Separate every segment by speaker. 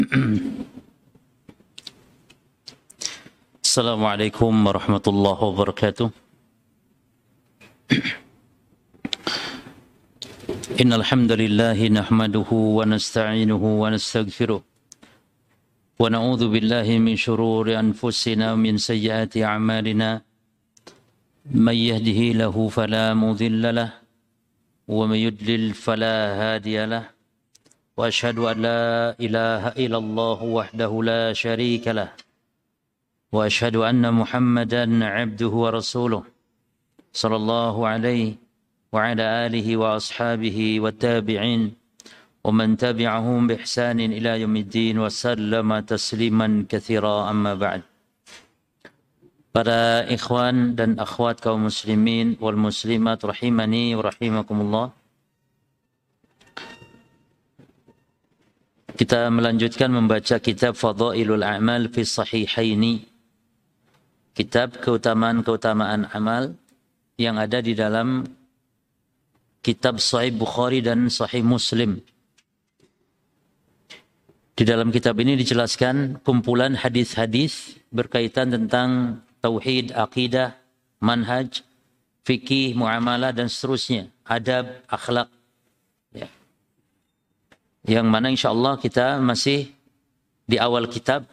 Speaker 1: Assalamualaikum warahmatullahi wabarakatuh. Innal hamdalillah nahmaduhu wa nasta'inuhu wa nastaghfiruh wa na'udzu billahi min shururi anfusina wa min sayyiati a'malina. May yahdihillahu fala mudilla lahu wa may yudlil fala hadiya lahu. Wa asyhadu an la ilaha illallah wahdahu la syarika lahu. Wa asyhadu anna Muhammadan 'abduhu wa rasuluh. Sallallahu alaihi wa ala alihi wa ashabihi wa tabi'in wa man tabi'ahum bi ihsanin ila yaumiddin wa sallama tasliman katsira, amma ba'd. Para ikhwan dan akhwat kaum muslimin wal muslimat rahimani wa rahimakumullah. Kita melanjutkan membaca kitab Fadhailul A'mal fi Sahihaini. Kitab keutamaan-keutamaan amal yang ada di dalam kitab Sahih Bukhari dan Sahih Muslim. Di dalam kitab ini dijelaskan kumpulan hadis-hadis berkaitan tentang tauhid, akidah, manhaj, fikih, muamalah dan seterusnya, adab, akhlak. Ya. Yang mana insyaallah kita masih di awal kitab.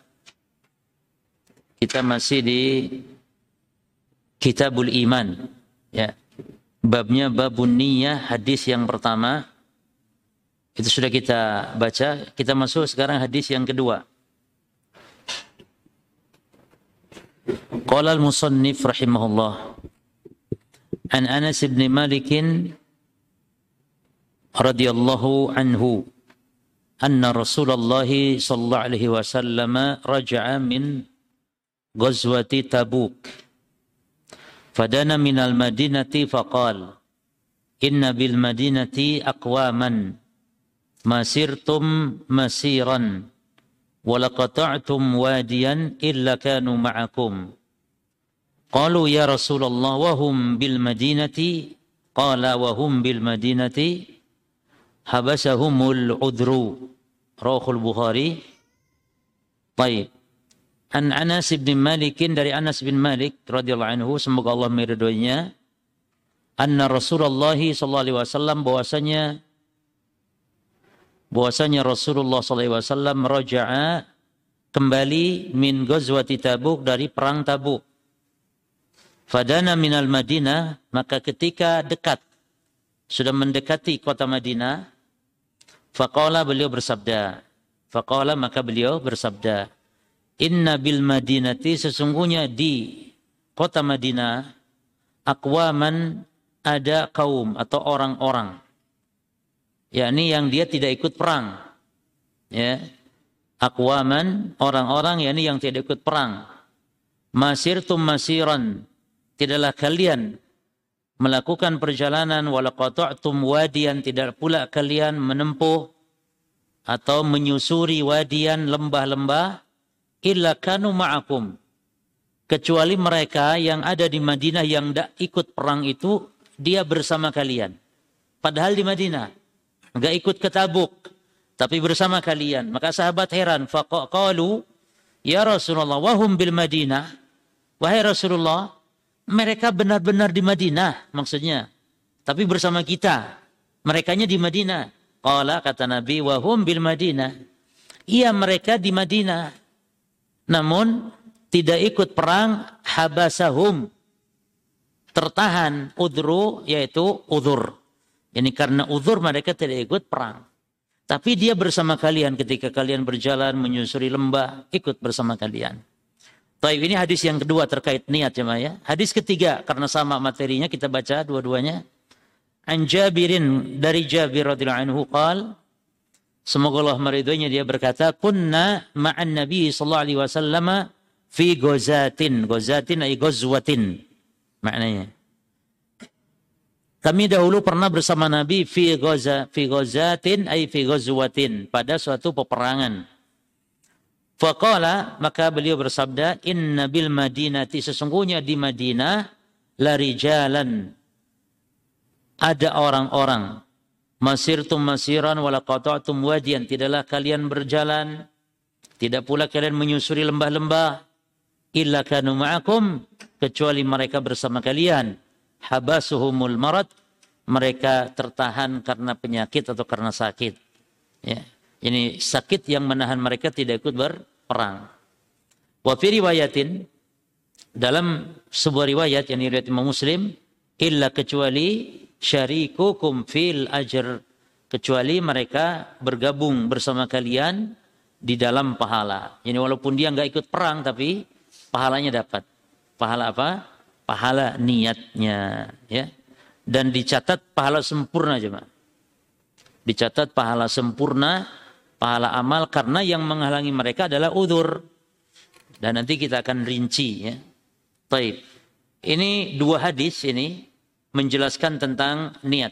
Speaker 1: Kita masih di Kitabul Iman. Ya. Babnya babun niyah, hadis yang pertama. Itu sudah kita baca. Kita masuk sekarang hadis yang kedua. Qala al-musannif rahimahullah. An Anas bin Malik radhiyallahu anhu anna Rasulullah sallallahu alaihi wasallam raja'a min ghazwati Tabuk. Fadana minal madinati faqala inna bil madinati aqwaman masirtum masiran wa laqata'tum wadiyan illa kanu ma'akum. Qalu ya Rasulullah wa hum bil madinati. Qala wa hum bil madinati habasahumul udru. Rawahul Bukhari. Baik. An Anas bin Malik, dari Anas bin Malik radhiyallahu anhu, semoga Allah meridhoinya, anna Rasulullah sallallahu alaihi wasallam, bahwasanya Rasulullah sallallahu alaihi wasallam raja'a, kembali, min ghazwati Tabuk, dari perang Tabuk. Fadana minal Madinah, maka ketika dekat, sudah mendekati kota Madinah, faqala, maka beliau bersabda, inna bil madinati, sesungguhnya di kota Madinah, aqwaman, ada kaum atau orang-orang, yakni yang dia tidak ikut perang. Ya. Aqwaman, orang-orang yakni yang tidak ikut perang. Masirtum masiran, tidaklah kalian melakukan perjalanan, wala qata'tum wadiyan, tidak pula kalian menempuh atau menyusuri wadiyan, lembah-lembah, illa kanu ma'akum, kecuali mereka yang ada di Madinah yang tidak ikut perang itu, dia bersama kalian. Padahal di Madinah, enggak ikut ke Tabuk, tapi bersama kalian. Maka sahabat heran, faqalu ya Rasulullah wahum bil Madinah, wahai Rasulullah, mereka benar-benar di Madinah maksudnya, tapi bersama kita, merekanya di Madinah. Qala, kata Nabi, wahum bil Madinah, iya mereka di Madinah, namun tidak ikut perang. Habasahum, tertahan, udhru, yaitu udhur. Ini karena udhur mereka tidak ikut perang. Tapi dia bersama kalian ketika kalian berjalan menyusuri lembah, ikut bersama kalian. Taib, ini hadis yang kedua terkait niat ya. Hadis ketiga karena sama materinya kita baca dua-duanya. An Jabirin, dari Jabir radhiyallahu anhu qala, semoga Allah meridhoinya, dia berkata, kunna ma'an Nabi sallallahu alaihi wasallam fi ghazatin. Ghazatin ay ghazwatin maknanya. Kami dahulu pernah bersama Nabi fi ghazatin ay fi ghazwatin, pada suatu peperangan. Faqala, maka beliau bersabda, inna bil madinati, sesungguhnya di Madinah, la rijalan, ada orang-orang, masirtum masiran wala qata'tum wadiyan, tidaklah kalian berjalan Tidak pula kalian menyusuri lembah-lembah illa kanu ma'akum, kecuali mereka bersama kalian. Habasuhumul marad, mereka tertahan karena penyakit atau karena sakit. Ya. Ini sakit yang menahan mereka tidak ikut berperang. Wa fi riwayatin, dalam sebuah riwayat yang diriwayatkan Imam Muslim, illa kecuali syarikukum fil ajr, kecuali mereka bergabung bersama kalian di dalam pahala. Jadi walaupun dia enggak ikut perang tapi pahalanya dapat. Pahala apa? Pahala niatnya, ya. Dan dicatat pahala sempurna jemaah. Dicatat pahala sempurna, pahala amal, karena yang menghalangi mereka adalah udzur. Dan nanti kita akan rinci, ya. Baik. Ini dua hadis ini menjelaskan tentang niat.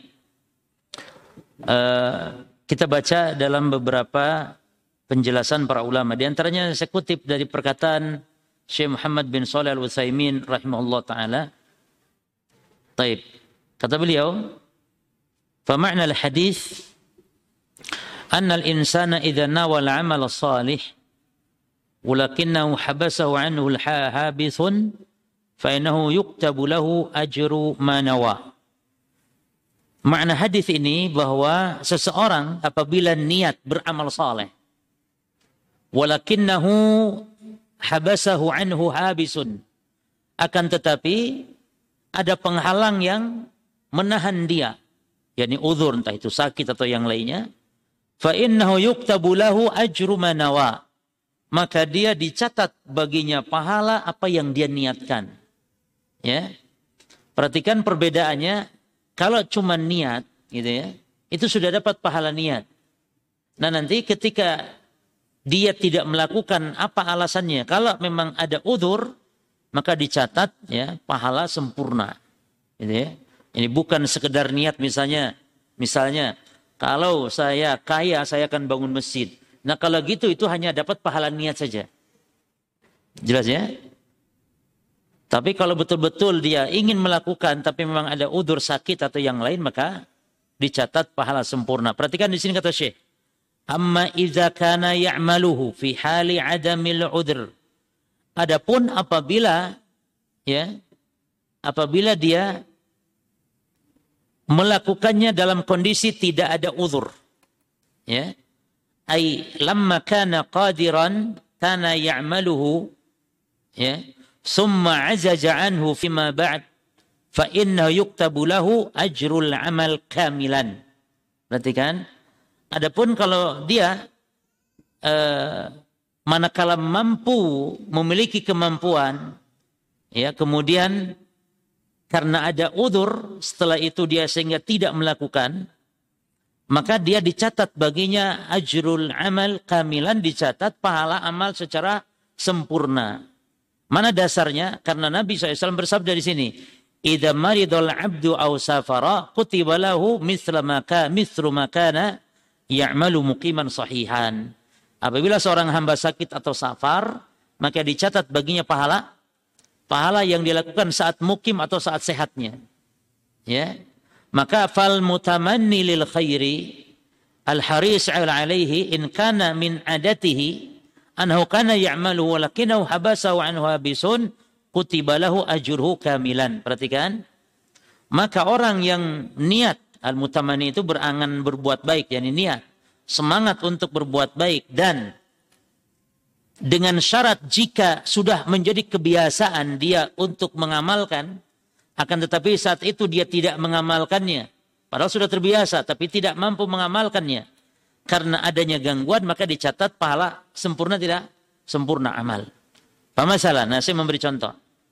Speaker 1: Kita baca dalam beberapa penjelasan para ulama. Di antaranya saya kutip dari perkataan Syekh Muhammad bin Shalih Al-Utsaimin rahimahullah taala. Baik. Kata beliau, "Fa ma'na al-hadits anna al-insana idza nawala 'amal salih walakinnahu habasahu 'anhu al-habithun fa innahu yuktabu lahu ajru ma nawa." Makna hadis ini bahwa seseorang apabila niat beramal saleh walakinnahu habasahu anhu habisun, akan tetapi ada penghalang yang menahan dia, yakni uzur, entah itu sakit atau yang lainnya, fa innahu yuktabu lahu ajru ma nawa, maka dia dicatat baginya pahala apa yang dia niatkan. Ya. Perhatikan perbedaannya. Kalau cuma niat gitu ya, itu sudah dapat pahala niat. Nah, nanti ketika dia tidak melakukan apa alasannya, kalau memang ada udzur, maka dicatat ya pahala sempurna. Gitu ya. Ini bukan sekedar niat, misalnya kalau saya kaya saya akan bangun masjid. Nah, kalau gitu itu hanya dapat pahala niat saja. Jelas ya? Tapi kalau betul-betul dia ingin melakukan tapi memang ada udzur sakit atau yang lain, maka dicatat pahala sempurna. Perhatikan di sini kata Syekh, amma idza kana ya'maluhu fi hali adamil udhr. Adapun apabila dia melakukannya dalam kondisi tidak ada udzur, ya, ai lamma kana qadiran kana ya'maluhu, ya, summa azaja anhu fima ba'd fa innahu yuktabu lahu ajrul amal kamilan. Perhatikan, adapun kalau dia manakala mampu, memiliki kemampuan, ya, kemudian karena ada udzur setelah itu dia sehingga tidak melakukan, maka dia dicatat baginya ajrul amal kamilan, dicatat pahala amal secara sempurna. Mana dasarnya? Karena Nabi SAW bersabda di sini, idza maridul abdu aw safara kutiba lahu mithlu ma kana ya'malu muqiman sahihan. Apabila seorang hamba sakit atau safar, maka dicatat baginya pahala yang dilakukan saat mukim atau saat sehatnya. Ya. Maka fal mutamanni lil khairi al haris alaihi in kana min adatihi annahu kana ya'malu walakinahu habasahu anhu habisun kutiba lahu ajruhu kamilan. Perhatikan. Maka orang yang niat, al-mutamani itu berangan berbuat baik, yakni niat, semangat untuk berbuat baik, dan dengan syarat jika sudah menjadi kebiasaan dia untuk mengamalkan, akan tetapi saat itu dia tidak mengamalkannya, padahal sudah terbiasa tapi tidak mampu mengamalkannya karena adanya gangguan, maka dicatat pahala sempurna tidak sempurna amal. Pamasalah, nah saya memberi contoh.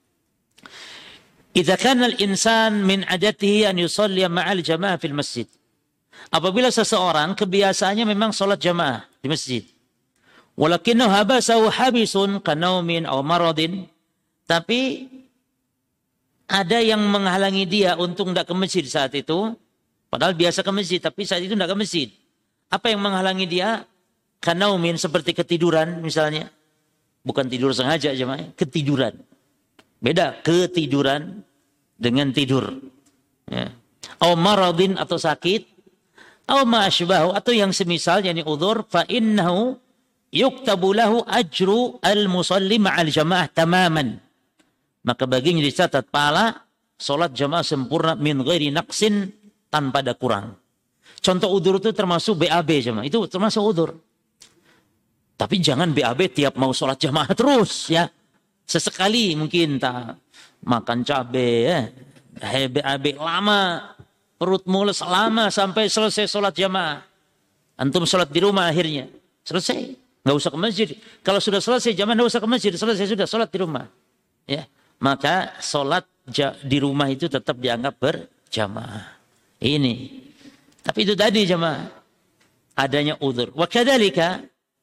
Speaker 1: Idza kana al-insan min adatihi an yusalli ma'al jamaah fil masjid. Apabila seseorang kebiasaannya memang salat jamaah di masjid. Walakinnahu habasahu habisun kanaumin aw maradin, tapi ada yang menghalangi dia untuk tidak ke masjid saat itu, padahal biasa ke masjid tapi saat itu tidak ke masjid. Apa yang menghalangi dia? Kanaumin, seperti ketiduran misalnya. Bukan tidur sengaja jemaah, ketiduran. Beda ketiduran dengan tidur. Ya. Aw maradin, atau sakit, aw ma asbahu, atau yang semisal, yakni udzur, fa innahu yuktabu lahu ajru al-musalli ma'al jamaah tamaman. Maka baginya dicatat pahala salat jamaah sempurna min ghairi naqsin, tanpa ada kurang. Contoh udzur itu termasuk BAB jamaah. Itu termasuk udzur. Tapi jangan BAB tiap mau salat jamaah terus ya. Sesekali mungkin tak makan cabai ya. BAB lama, perut mules lama sampai selesai salat jamaah. Antum salat di rumah akhirnya. Selesai. Nggak usah ke masjid. Kalau sudah selesai jamaah nggak usah ke masjid. Selesai sudah salat di rumah. Ya. Maka salat di rumah itu tetap dianggap berjamaah. Ini. Tapi itu tadi jamaah. Adanya udzur. Wa kadzalika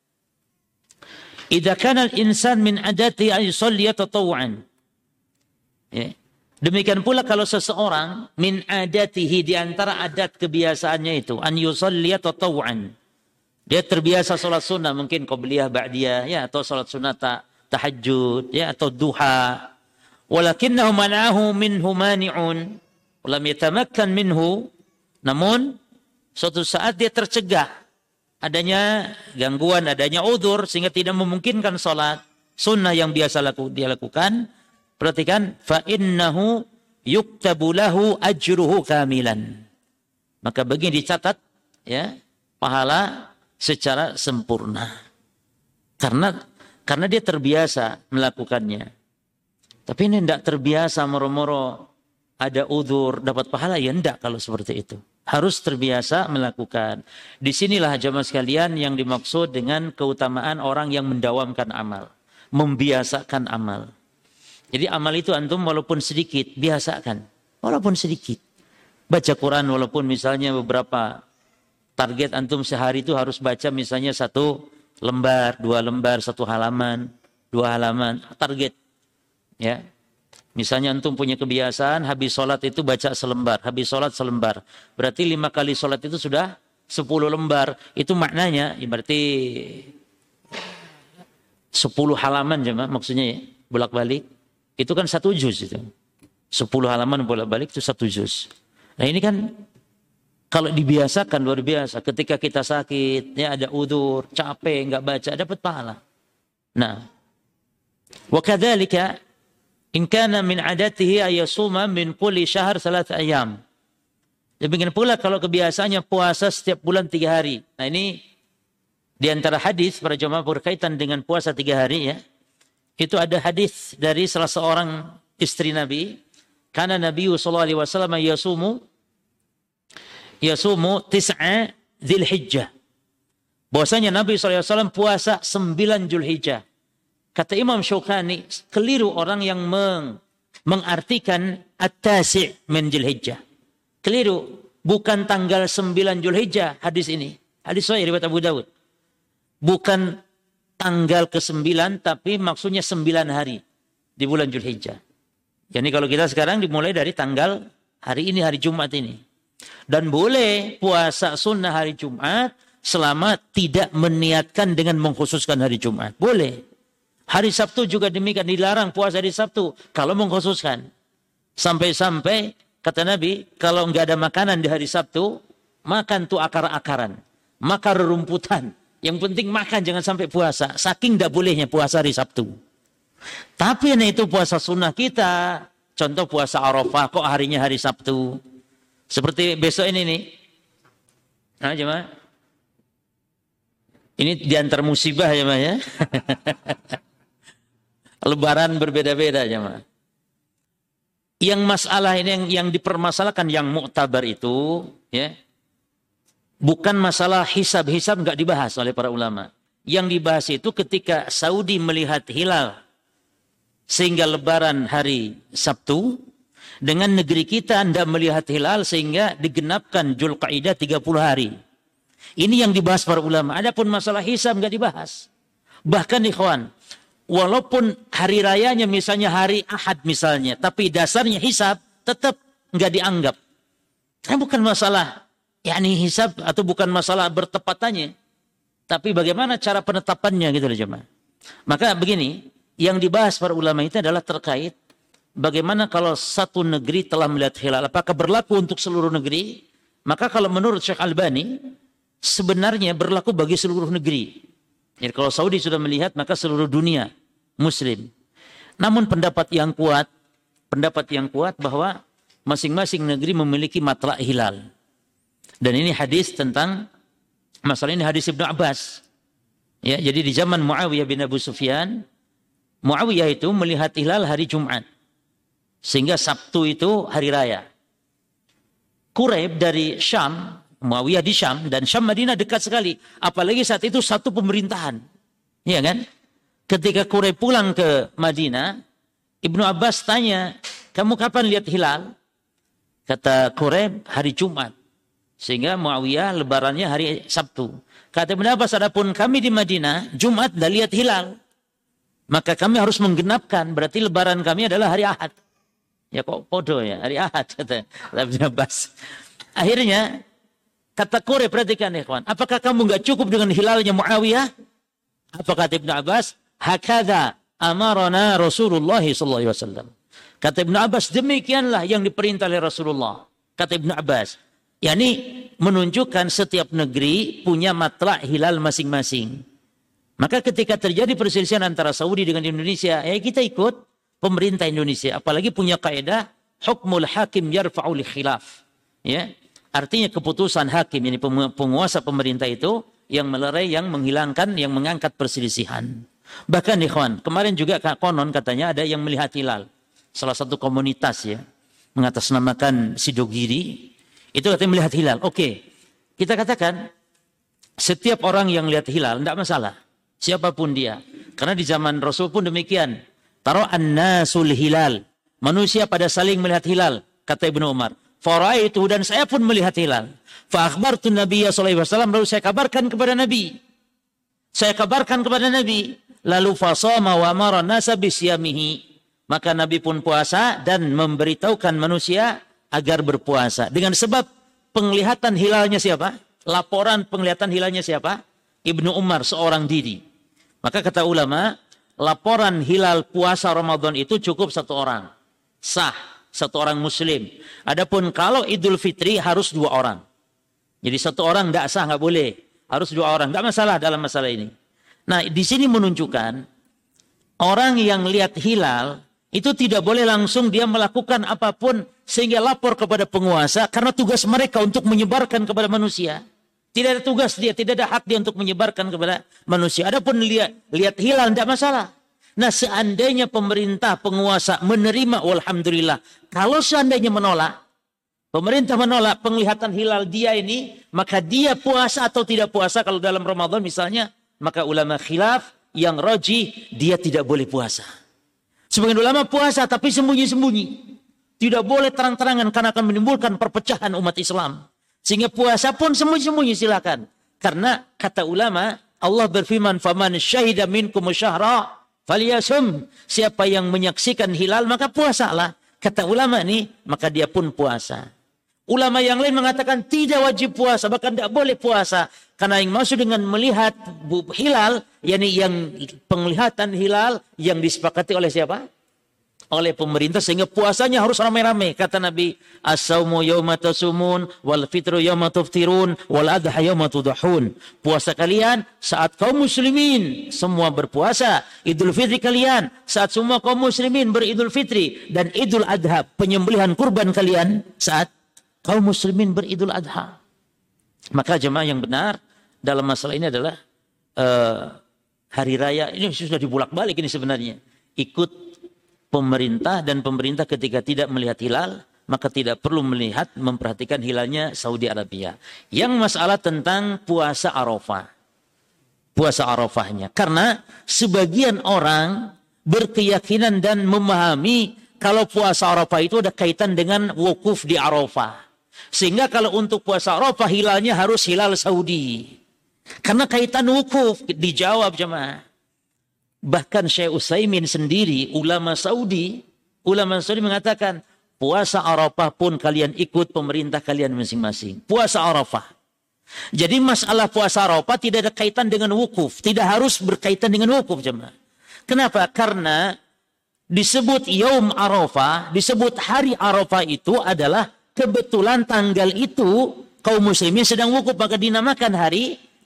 Speaker 1: idza kana al-insan min adati an yusalli tatawuan. Ya. Demikian pula kalau seseorang min adatihi, di antara adat kebiasaannya itu an yusalli tatawuan. Dia terbiasa salat sunnah, mungkin qabliyah ba'diyah ya, atau salat sunnah tahajud ya, atau duha. Walakinnahu man'ahu minhu mani'un lam yatamakkan minhu, namun suatu saat dia tercegah adanya gangguan, adanya udzur sehingga tidak memungkinkan salat sunnah yang biasa dia lakukan. Perhatikan, fa innahu yuktabu lahu ajruhu kamilan. Maka bagian dicatat ya pahala secara sempurna. Karena dia terbiasa melakukannya. Tapi ini tidak terbiasa moro-moro ada udzur dapat pahala, ya tidak kalau seperti itu. Harus terbiasa melakukan. Disinilah jamaah sekalian yang dimaksud dengan keutamaan orang yang mendawamkan amal. Membiasakan amal. Jadi amal itu antum walaupun sedikit, biasakan. Walaupun sedikit. Baca Quran walaupun misalnya beberapa target antum sehari itu harus baca misalnya 1 lembar, 2 lembar, 1 halaman, 2 halaman, target. Ya. Misalnya antum punya kebiasaan habis sholat itu baca selembar, habis sholat selembar. Berarti 5 kali sholat itu sudah 10 lembar. Itu maknanya berarti 10 halaman jemaah maksudnya ya, bolak-balik. Itu kan 1 juz itu. 10 halaman bolak-balik itu 1 juz. Nah ini kan kalau dibiasakan luar biasa. Ketika kita sakit, ya ada udzur, capek, enggak baca, dapat pahala. Nah, wa kadzalika in kana min adatihi ayasuma min kulli syahr 3 ayyam. Demikian pula kalau kebiasaannya puasa setiap bulan 3 hari. Nah ini di antara hadis para jemaah berkaitan dengan puasa 3 hari ya. Itu ada hadis dari salah seorang istri Nabi. Karena Nabi sallallahu alaihi wasallam yasumu 9 Dzulhijjah. Bahwasanya Nabi SAW puasa 9 Dzulhijjah. Kata Imam Syaukani, keliru orang yang mengartikan at-tasi' min Dzulhijjah. Keliru, bukan tanggal 9 Dzulhijjah hadis ini. Hadis sahih riwayat Abu Dawud. Bukan tanggal ke-9 tapi maksudnya 9 hari di bulan Dzulhijjah. Jadi kalau kita sekarang dimulai dari tanggal hari ini, hari Jumat ini. Dan boleh puasa sunnah hari Jumat selama tidak meniatkan dengan mengkhususkan hari Jumat. Boleh. Hari Sabtu juga demikian, dilarang puasa hari Sabtu kalau mengkhususkan. Sampai-sampai kata Nabi, kalau enggak ada makanan di hari Sabtu, makan tuh akar-akaran, makan rumputan. Yang penting makan, jangan sampai puasa. Saking enggak bolehnya puasa hari Sabtu. Tapi ini itu puasa sunnah kita. Contoh puasa Arafah, kok harinya hari Sabtu. Seperti besok ini nih. Nah, jemaah. Ini diantar musibah ya, Mas ya. Lebaran berbeda-beda jemaah. Yang masalah ini yang dipermasalahkan yang muktabar itu ya. Bukan masalah hisab-hisab, enggak dibahas oleh para ulama. Yang dibahas itu ketika Saudi melihat hilal sehingga lebaran hari Sabtu, dengan negeri kita Anda melihat hilal sehingga digenapkan Dzulqa'dah 30 hari. Ini yang dibahas para ulama. Adapun masalah hisab enggak dibahas. Bahkan ikhwan, walaupun hari rayanya misalnya hari Ahad misalnya, tapi dasarnya hisab tetap enggak dianggap. Karena bukan masalah hisab atau bukan masalah bertepatannya, tapi bagaimana cara penetapannya gitu loh jemaah. Maka begini, yang dibahas para ulama itu adalah terkait bagaimana kalau satu negeri telah melihat hilal, apakah berlaku untuk seluruh negeri? Maka kalau menurut Syekh Albani, sebenarnya berlaku bagi seluruh negeri. Jadi kalau Saudi sudah melihat, maka seluruh dunia Muslim. Namun pendapat yang kuat bahwa masing-masing negeri memiliki matlak hilal. Dan ini hadis tentang masalah ini hadis Ibnu Abbas. Ya, jadi di zaman Muawiyah bin Abu Sufyan, Muawiyah itu melihat hilal hari Jumat. Sehingga Sabtu itu hari raya. Quraib dari Syam, Muawiyah di Syam, dan Syam Madinah dekat sekali. Apalagi saat itu satu pemerintahan. Ya kan? Ketika Quraib pulang ke Madinah, Ibnu Abbas tanya, kamu kapan lihat hilal? Kata Quraib, hari Jumat. Sehingga Muawiyah lebarannya hari Sabtu. Kata Ibnu Abbas, adapun kami di Madinah, Jumat dah lihat hilal. Maka kami harus menggenapkan, berarti lebaran kami adalah hari Ahad. Ya kok podo ya, hari Ahad, kata Ibnu Abbas. Akhirnya, kata Quraib, perhatikan ikhwan, apakah kamu enggak cukup dengan hilalnya Muawiyah? Apa kata Ibnu Abbas? Hakadha amarana Rasulullah SAW. Kata Ibnu Abbas, demikianlah yang diperintah oleh Rasulullah. Kata Ibnu Abbas, yakni menunjukkan setiap negeri punya matlak hilal masing-masing. Maka ketika terjadi perselisihan antara Saudi dengan Indonesia, kita ikut pemerintah Indonesia. Apalagi punya kaidah hukmul hakim yarfa'ul khilaf. Ya, artinya keputusan hakim, ini penguasa pemerintah itu yang melerai, yang menghilangkan, yang mengangkat perselisihan. Bahkan ikhwan, kemarin juga konon katanya ada yang melihat hilal. Salah satu komunitas ya, mengatasnamakan Sidogiri, itu katanya melihat hilal. Oke, kita katakan setiap orang yang lihat hilal tidak masalah, siapapun dia. Karena di zaman Rasul pun demikian. Taro an-nasul hilal, manusia pada saling melihat hilal, kata Ibnu Umar. Faraitu, dan saya pun melihat hilal. Fa akhbartu Nabiyya sallallahu alaihi wasallam, lalu saya kabarkan kepada Nabi. Lalu fasama wa amara nasa bisyamihi. Maka Nabi pun puasa dan memberitahukan manusia agar berpuasa. Dengan sebab penglihatan hilalnya siapa? Laporan penglihatan hilalnya siapa? Ibnu Umar seorang diri. Maka kata ulama, laporan hilal puasa Ramadan itu cukup satu orang. Sah, satu orang muslim. Adapun kalau Idul Fitri harus dua orang. Jadi satu orang tidak sah, nggak boleh. Harus dua orang, tidak masalah dalam masalah ini. Nah, di sini menunjukkan orang yang lihat hilal itu tidak boleh langsung dia melakukan apapun sehingga lapor kepada penguasa, karena tugas mereka untuk menyebarkan kepada manusia. Tidak ada tugas dia, tidak ada hak dia untuk menyebarkan kepada manusia. Adapun lihat hilal tidak masalah. Nah, seandainya pemerintah, penguasa menerima, walhamdulillah. Kalau seandainya menolak, pemerintah menolak penglihatan hilal dia ini, maka dia puasa atau tidak puasa. Kalau dalam Ramadan misalnya, maka ulama khilaf, yang rajih dia tidak boleh puasa. Sebagian ulama puasa tapi sembunyi-sembunyi. Tidak boleh terang-terangan karena akan menimbulkan perpecahan umat Islam. Sehingga puasa pun sembunyi-sembunyi silakan. Karena kata ulama, Allah berfirman, "Faman syahida minkum syahra falyasum." Siapa yang menyaksikan hilal maka puasalah. Kata ulama ini, maka dia pun puasa. Ulama yang lain mengatakan tidak wajib puasa, bahkan tidak boleh puasa. Karena yang maksud dengan melihat hilal, yakni yang penglihatan hilal yang disepakati oleh siapa? Oleh pemerintah, sehingga puasanya harus ramai-ramai. Kata Nabi, as-saumu yawma tasumun, wal fitru yawma tuftirun, wal adha yawma tudahun. Puasa kalian saat kaum muslimin semua berpuasa. Idul Fitri kalian saat semua kaum muslimin beridul fitri. Dan Idul Adha, penyembelihan kurban kalian saat kaum muslimin beridul adha. Maka jemaah yang benar dalam masalah ini adalah hari raya ini sudah dibulak-balik ini sebenarnya. Ikut pemerintah, dan pemerintah ketika tidak melihat hilal maka tidak perlu melihat, memperhatikan hilalnya Saudi Arabia. Yang masalah tentang puasa Arafah. Puasa Arafahnya. Karena sebagian orang berkeyakinan dan memahami kalau puasa Arafah itu ada kaitan dengan wukuf di Arafah. Sehingga kalau untuk puasa Arafah hilalnya harus hilal Saudi. Karena kaitan wukuf. Dijawab jemaah. Bahkan Syekh Utsaimin sendiri, ulama Saudi mengatakan, puasa Arafah pun kalian ikut pemerintah kalian masing-masing. Puasa Arafah. Jadi masalah puasa Arafah tidak ada kaitan dengan wukuf. Tidak harus berkaitan dengan wukuf jemaah. Kenapa? Karena disebut Yaum Arafah, disebut hari Arafah itu adalah kebetulan tanggal itu kaum muslimin sedang wukuf, maka dinamakan hari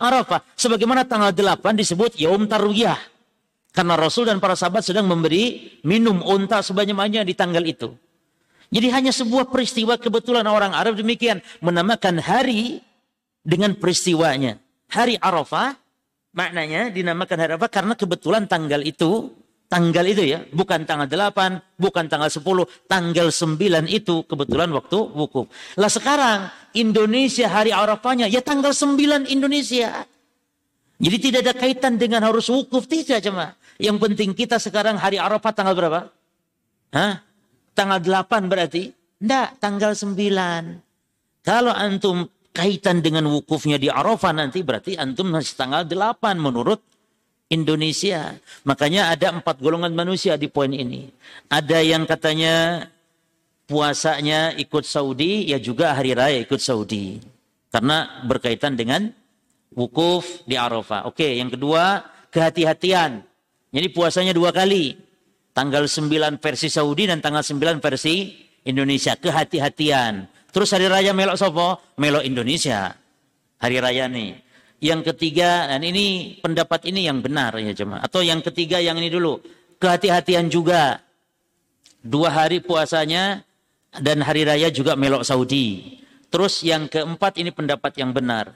Speaker 1: Arafah. Sebagaimana tanggal 8 disebut Yaum Tarwiyah. Karena Rasul dan para sahabat sedang memberi minum unta sebanyak-banyaknya di tanggal itu. Jadi hanya sebuah peristiwa kebetulan orang Arab demikian. Menamakan hari dengan peristiwanya. Hari Arafah maknanya dinamakan hari Arafah karena kebetulan tanggal itu ya, bukan tanggal 8, bukan tanggal 10, tanggal 9 itu kebetulan waktu wukuf. Lah sekarang Indonesia hari Arafahnya ya tanggal 9 Indonesia. Jadi tidak ada kaitan dengan harus wukuf, tidak cuma. Yang penting kita sekarang hari Arafah tanggal berapa? Hah? Tanggal 8 berarti? Enggak, tanggal 9. Kalau antum kaitan dengan wukufnya di Arafah nanti berarti antum masih tanggal 8 menurut Indonesia. Makanya ada 4 golongan manusia di poin ini. Ada yang katanya puasanya ikut Saudi, ya juga hari raya ikut Saudi. Karena berkaitan dengan wukuf di Arafah. Oke, yang kedua, kehati-hatian. Jadi puasanya 2 kali. Tanggal 9 versi Saudi dan tanggal 9 versi Indonesia. Kehati-hatian. Terus hari raya melok sopo? Melok Indonesia. Hari raya nih. Yang ketiga, dan ini pendapat ini yang benar ya jemaah. Atau yang ketiga yang ini dulu. Kehati-hatian juga. 2 hari puasanya dan hari raya juga melok Saudi. Terus yang keempat ini pendapat yang benar.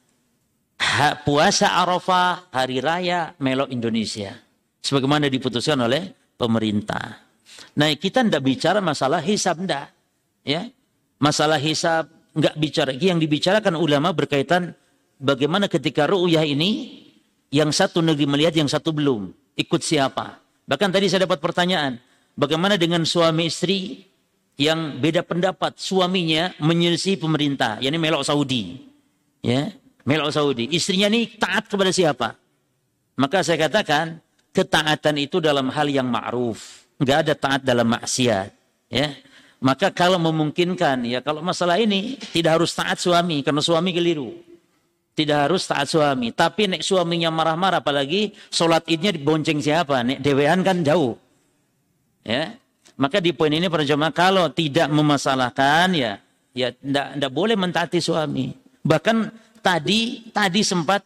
Speaker 1: Puasa Arafah, hari raya melok Indonesia. Sebagaimana diputuskan oleh pemerintah. Nah kita tidak bicara masalah hisab, tidak. Ya? Masalah hisab nggak bicara. Yang dibicarakan ulama berkaitan bagaimana ketika ru'yah ini, yang satu negeri melihat, yang satu belum. Ikut siapa? Bahkan tadi saya dapat pertanyaan, bagaimana dengan suami istri yang beda pendapat? Suaminya menyelisih pemerintah, yakni melok Saudi. Ya, melok Saudi. Istrinya ini taat kepada siapa? Maka saya katakan, ketaatan itu dalam hal yang ma'ruf. Nggak ada taat dalam maksiat. Ya. Maka kalau memungkinkan, ya kalau masalah ini tidak harus taat suami, karena suami keliru. Tidak harus taat suami. Tapi nek suaminya marah-marah, apalagi sholat idnya dibonceng siapa? Nek dewean kan jauh. Ya. Maka di poin ini para jemaah, kalau tidak memasalahkan, ya tidak boleh mentaati suami. Bahkan tadi sempat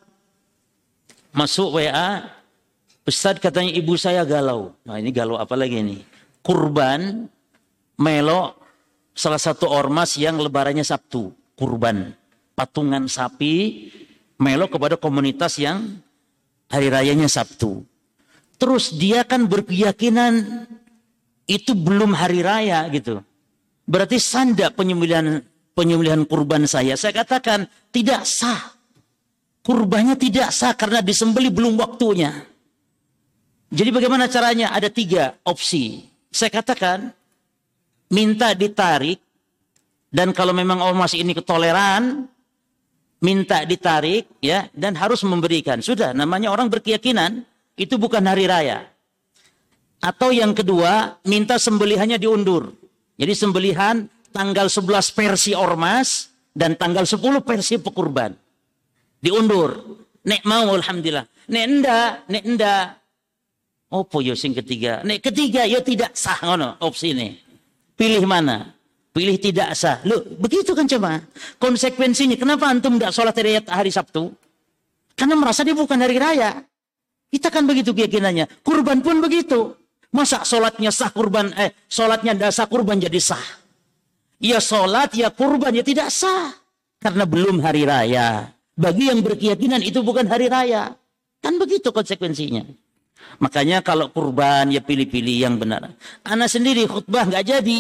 Speaker 1: masuk WA, Ustaz katanya ibu saya galau. Nah ini galau apa lagi nih? Kurban melok salah satu ormas yang lebarannya Sabtu. Kurban. Patungan sapi melok kepada komunitas yang hari rayanya Sabtu. Terus dia kan berkeyakinan itu belum hari raya gitu. Berarti sanda penyembelihan kurban saya. Saya katakan tidak sah. Kurbannya tidak sah karena disembelih belum waktunya. Jadi bagaimana caranya? Ada 3 opsi. Saya katakan minta ditarik, dan kalau memang ormas ini ketoleran, minta ditarik ya, dan harus memberikan. Sudah, namanya orang berkeyakinan itu bukan hari raya. Atau yang kedua, minta sembelihannya diundur. Jadi sembelihan tanggal 11 versi ormas dan tanggal 10 versi pekurban. Diundur. Nek mau alhamdulillah. Nek enggak. Opo yo sing ketiga. Nek ketiga yo tidak sah ngono opsi ini. Pilih mana? Pilih tidak sah. Loh, begitu kan coba. Konsekuensinya kenapa antum enggak sholat hari Sabtu? Karena merasa dia bukan hari raya. Kita kan begitu keyakinannya. Kurban pun begitu. Masa sholatnya sah kurban, sholatnya tidak sah kurban jadi sah. Ya sholat, ya kurban, ya tidak sah. Karena belum hari raya. Bagi yang berkeyakinan itu bukan hari raya. Kan begitu konsekuensinya. Makanya kalau kurban ya pilih-pilih yang benar. Ana sendiri khutbah nggak jadi.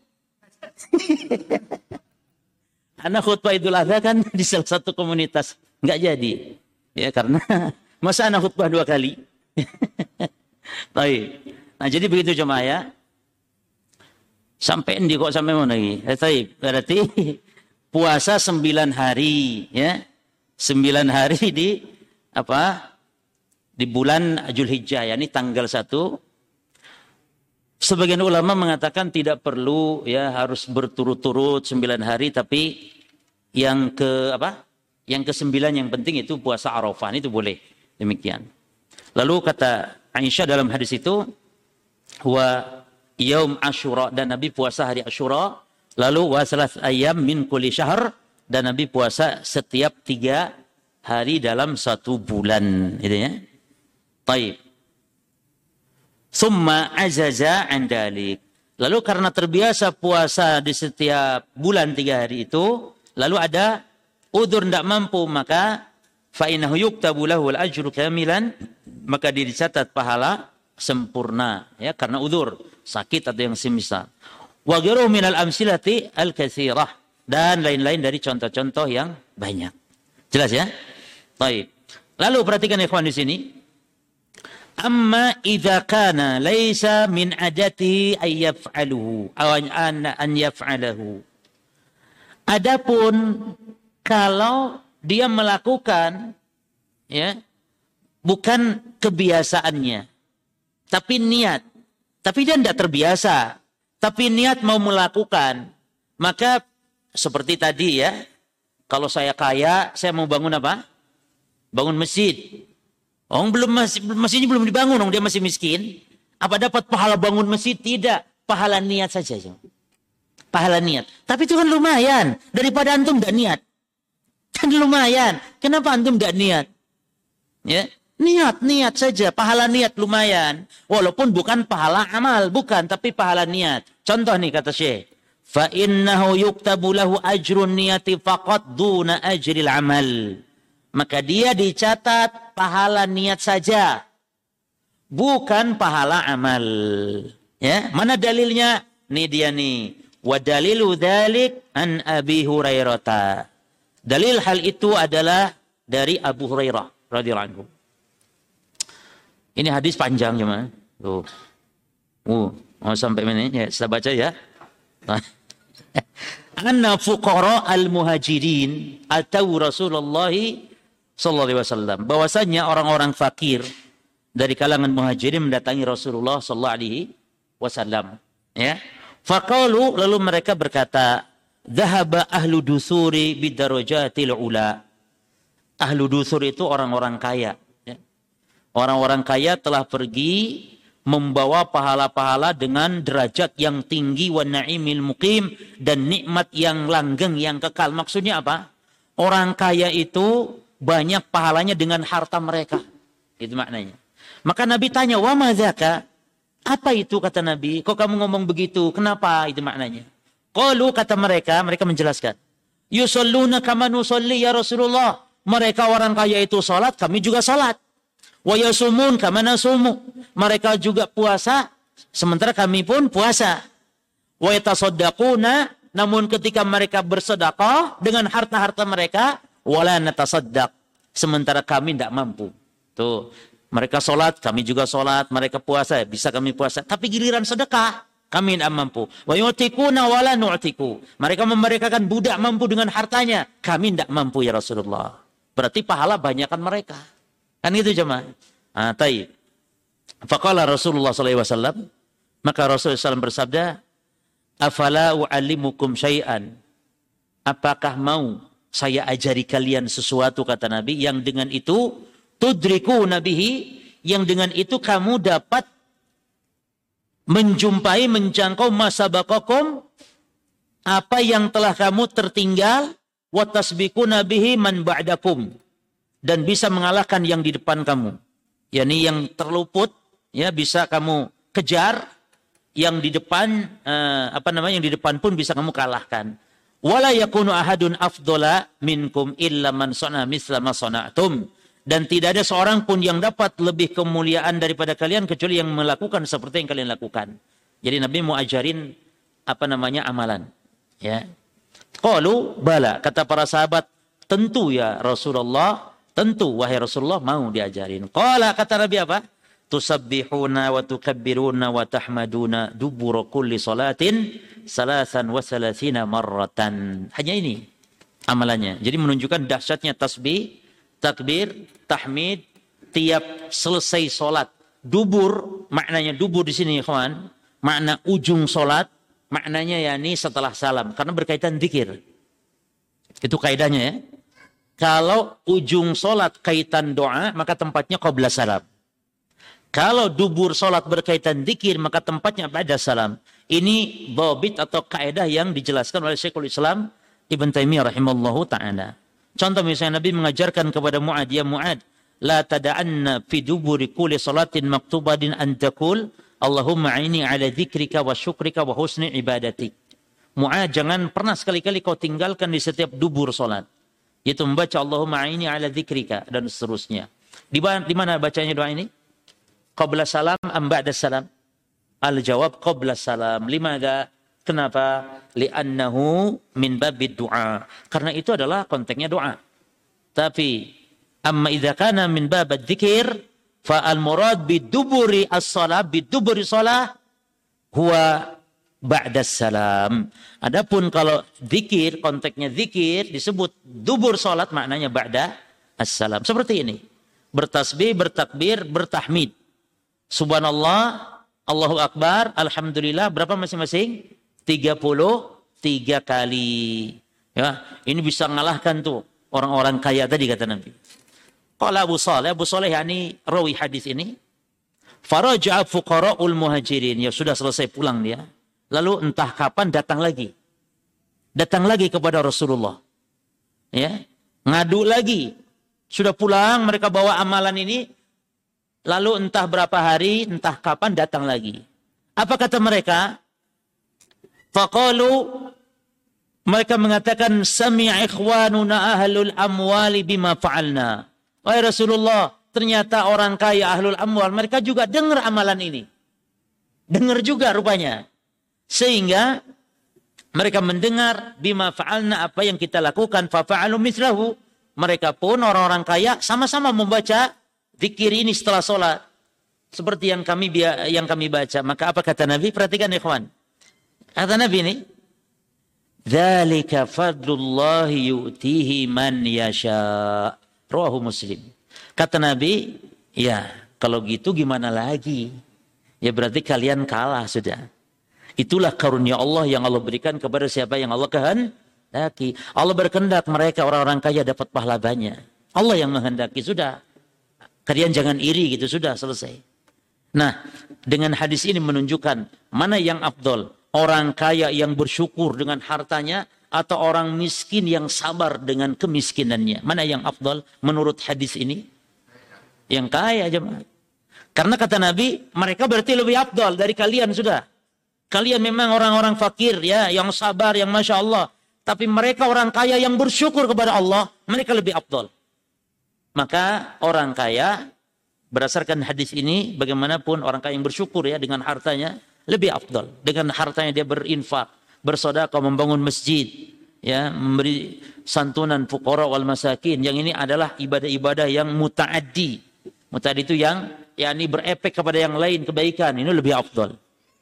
Speaker 1: Ana khutbah Idul Adha kan di salah satu komunitas nggak jadi. Ya karena masa ana khutbah 2 kali. Baik. Nah jadi begitu jemaah ya. Sampai endi kok sampai mana lagi? Berarti puasa 9 hari ya. 9 hari di apa? Di bulan Zulhijjah, yakni tanggal 1. Sebagian ulama mengatakan tidak perlu ya harus berturut-turut 9 hari, tapi yang Yang ke-9 yang penting itu puasa Arafah, itu boleh. Demikian. Lalu kata Aisyah dalam hadis itu, wa yaum Asyura, dan Nabi puasa hari Asyura, lalu wa salas ayyam min kulli syahr, dan Nabi puasa setiap 3 hari dalam 1 bulan. Gitu ya. Taib. Summa azaza an dalik. Lalu karena terbiasa puasa di setiap bulan 3 hari itu, lalu ada udzur tidak mampu, maka fa innahu yuktabu lahu al-ajru kamilan, maka dicatat pahala sempurna ya karena udzur, sakit atau yang semisal. Wa ghairuhu minal amsilati al-katsirah, dan lain-lain dari contoh-contoh yang banyak. Jelas ya? Baik. Lalu perhatikan ikhwan di sini. Amma idza kana laisa min adatihi ay yaf'aluhu aw an yaf'alahu. Adapun kalau dia melakukan ya bukan kebiasaannya tapi niat, tapi dia tidak terbiasa, tapi niat mau melakukan, maka seperti tadi ya, kalau saya kaya, saya mau bangun apa? Bangun masjid. Oh, masjidnya belum dibangun, dia masih miskin. Apa dapat pahala bangun masjid? Tidak, pahala niat saja. Pahala niat. Tapi itu kan lumayan daripada antum tidak niat. Kan lumayan. Kenapa antum tidak niat? Ya, niat saja, pahala niat lumayan. Walaupun bukan pahala amal, bukan, tapi pahala niat. Contoh nih kata Syekh, fa innahu yuktabu lahu ajrun niyati faqat duna ajril amal. Maka dia dicatat pahala niat saja, bukan pahala amal. Ya, mana dalilnya? Nih dia nih. Wa dalilu dzalik an Abi Hurairah. Dalil hal itu adalah dari Abu Hurairah radhiyallahu anhu. Ini hadis panjang cuma. Tuh. Mau sampai mana ya? Saya baca ya. Anna fuqara al-muhajirin atau Rasulullah sallallahu alaihi wasallam. Bahwasanya orang-orang fakir dari kalangan muhajirin mendatangi Rasulullah sallallahu alaihi wasallam. Ya. Faqalu, lalu mereka berkata, "Dhahaba ahlu dusuri bidarajatil ula." Ahlu dusur itu orang-orang kaya. Ya. Orang-orang kaya telah pergi membawa pahala-pahala dengan derajat yang tinggi wa na'imil muqim, dan nikmat yang langgeng yang kekal. Maksudnya apa? Orang kaya itu banyak pahalanya dengan harta mereka. Itu maknanya. Maka Nabi tanya, "Wa madzaka?" Apa itu kata Nabi? Kok kamu ngomong begitu? Kenapa? Itu maknanya. Qalu, kata mereka menjelaskan. Yusalluna kama nusalli ya Rasulullah. Mereka orang kaya itu salat, kami juga salat. Wa yasumun kama nasumu. Mereka juga puasa, sementara kami pun puasa. Wa yatasaddaquna, namun ketika mereka bersedekah dengan harta-harta mereka, wala natasaddaq, sementara kami tidak mampu. Tuh. Mereka sholat, kami juga sholat. Mereka puasa, bisa kami puasa. Tapi giliran sedekah, kami tidak mampu. Wa yu'tikuna wala nu'tiku. Mereka memerdekakan budak mampu dengan hartanya. Kami tidak mampu ya Rasulullah. Berarti pahala banyakkan mereka. Kan itu jemaah. Taib. Faqala Rasulullah SAW. Maka Rasulullah SAW bersabda, "Afala u'allimukum syai'an." Apakah mau saya ajari kalian sesuatu, kata Nabi, yang dengan itu tudriku nabihi, yang dengan itu kamu dapat menjumpai, menjangkau masa bakakum, apa yang telah kamu tertinggal, wa tasbiku nabihi man ba'dakum, dan bisa mengalahkan yang di depan kamu. yakni yang terluput, ya bisa kamu kejar, yang di depan yang di depan pun bisa kamu kalahkan. Wala yakunu ahadun afdhala minkum illa man sana'a mithla ma sana'tum. Dan tidak ada seorang pun yang dapat lebih kemuliaan daripada kalian kecuali yang melakukan seperti yang kalian lakukan. Jadi Nabi mau ajarin amalan. Ya. Qalu bala, kata para sahabat, tentu ya Rasulullah, tentu wahai Rasulullah mau diajarin. Qala, kata Nabi apa? Tusabbihuna wa tukabbiruna wa tahmaduna dubura kulli salatin salasan wa salasina marratan. Hanya ini amalannya. Jadi menunjukkan dahsyatnya tasbih, takbir, tahmid tiap selesai solat. Dubur, maknanya dubur di sini, kawan, makna ujung solat, maknanya yakni setelah salam, karena berkaitan zikir. Itu kaidahnya ya. Kalau ujung solat kaitan doa, maka tempatnya qabla salam. Kalau dubur solat berkaitan zikir, maka tempatnya ba'da salam. Ini dhabit atau kaidah yang dijelaskan oleh Syekhul Islam Ibn Taimiyah rahimallahu ta'ala. Contoh misalnya Nabi mengajarkan kepada Mu'ad, ya Mu'ad, la tada'anna fi duburi kulli salatin maktubatin an taqul Allahumma aini ala dzikrika wa syukrika wa husni ibadatik. Mu'ad, jangan pernah sekali-kali kau tinggalkan di setiap dubur salat, yaitu membaca Allahumma aini ala dzikrika dan seterusnya. Di mana bacanya doa ini? Qabla salam am ba'da salam? Al-jawab qabla salam. Limadha? Kenapa? Li'annahu min babid du'a. Karena itu adalah konteksnya doa. Tapi amma idza kana min babad dzikir fa al-murad biduburi as-shalah, biduburi shalah huwa ba'da salam. Adapun kalau zikir, konteksnya zikir disebut dubur salat, maknanya ba'da as-salam. Seperti ini. Bertasbih, bertakbir, bertahmid. Subhanallah, Allahu Akbar, Alhamdulillah, berapa masing-masing? 33 kali. Ya, ini bisa mengalahkan tuh orang-orang kaya tadi kata Nabi. Qala Abu Saleh yakni rawi hadis ini, faraja'a fuqara'ul muhajirin, ya sudah selesai pulang dia. Lalu entah kapan datang lagi. Datang lagi kepada Rasulullah. Ya, ngadu lagi. Sudah pulang, mereka bawa amalan ini, lalu entah berapa hari, entah kapan datang lagi. Apa kata mereka? Faqalu, mereka mengatakan, sami'a ikhwanuna ahlul amwali bima fa'alna. Wahai Rasulullah, ternyata orang kaya ahlul amwal, mereka juga dengar amalan ini. Dengar juga rupanya. Sehingga mereka mendengar bima fa'alna, apa yang kita lakukan, fa fa'alu mislahu. Mereka pun orang-orang kaya sama-sama membaca zikir ini setelah sholat. Seperti yang kami baca. Maka apa kata Nabi? Perhatikan ikhwan. Kata Nabi ini, dzalika fadlullahi yu'tihi man yasha. Rawahu Muslim. Kata Nabi, ya kalau gitu gimana lagi? Ya berarti kalian kalah sudah. Itulah karunia Allah yang Allah berikan kepada siapa yang Allah kehendaki. Allah berkehendak mereka orang-orang kaya dapat pahala banyak. Allah yang menghendaki, sudah. Kalian jangan iri gitu, sudah selesai. Nah, dengan hadis ini menunjukkan mana yang afdol. Orang kaya yang bersyukur dengan hartanya atau orang miskin yang sabar dengan kemiskinannya. Mana yang afdal menurut hadis ini? Yang kaya jemaah. Karena kata Nabi, mereka berarti lebih afdal dari kalian sudah. Kalian memang orang-orang fakir ya, yang sabar, yang Masya Allah. Tapi mereka orang kaya yang bersyukur kepada Allah, mereka lebih afdal. Maka orang kaya, berdasarkan hadis ini, bagaimanapun orang kaya yang bersyukur ya dengan hartanya, lebih afdal. Dengan hartanya dia berinfak, bersedekah, membangun masjid, ya, memberi santunan fuqara wal masakin. Yang ini adalah ibadah-ibadah yang mutaaddi. Mutaaddi itu yang yakni berefek kepada yang lain kebaikan. Ini lebih afdal.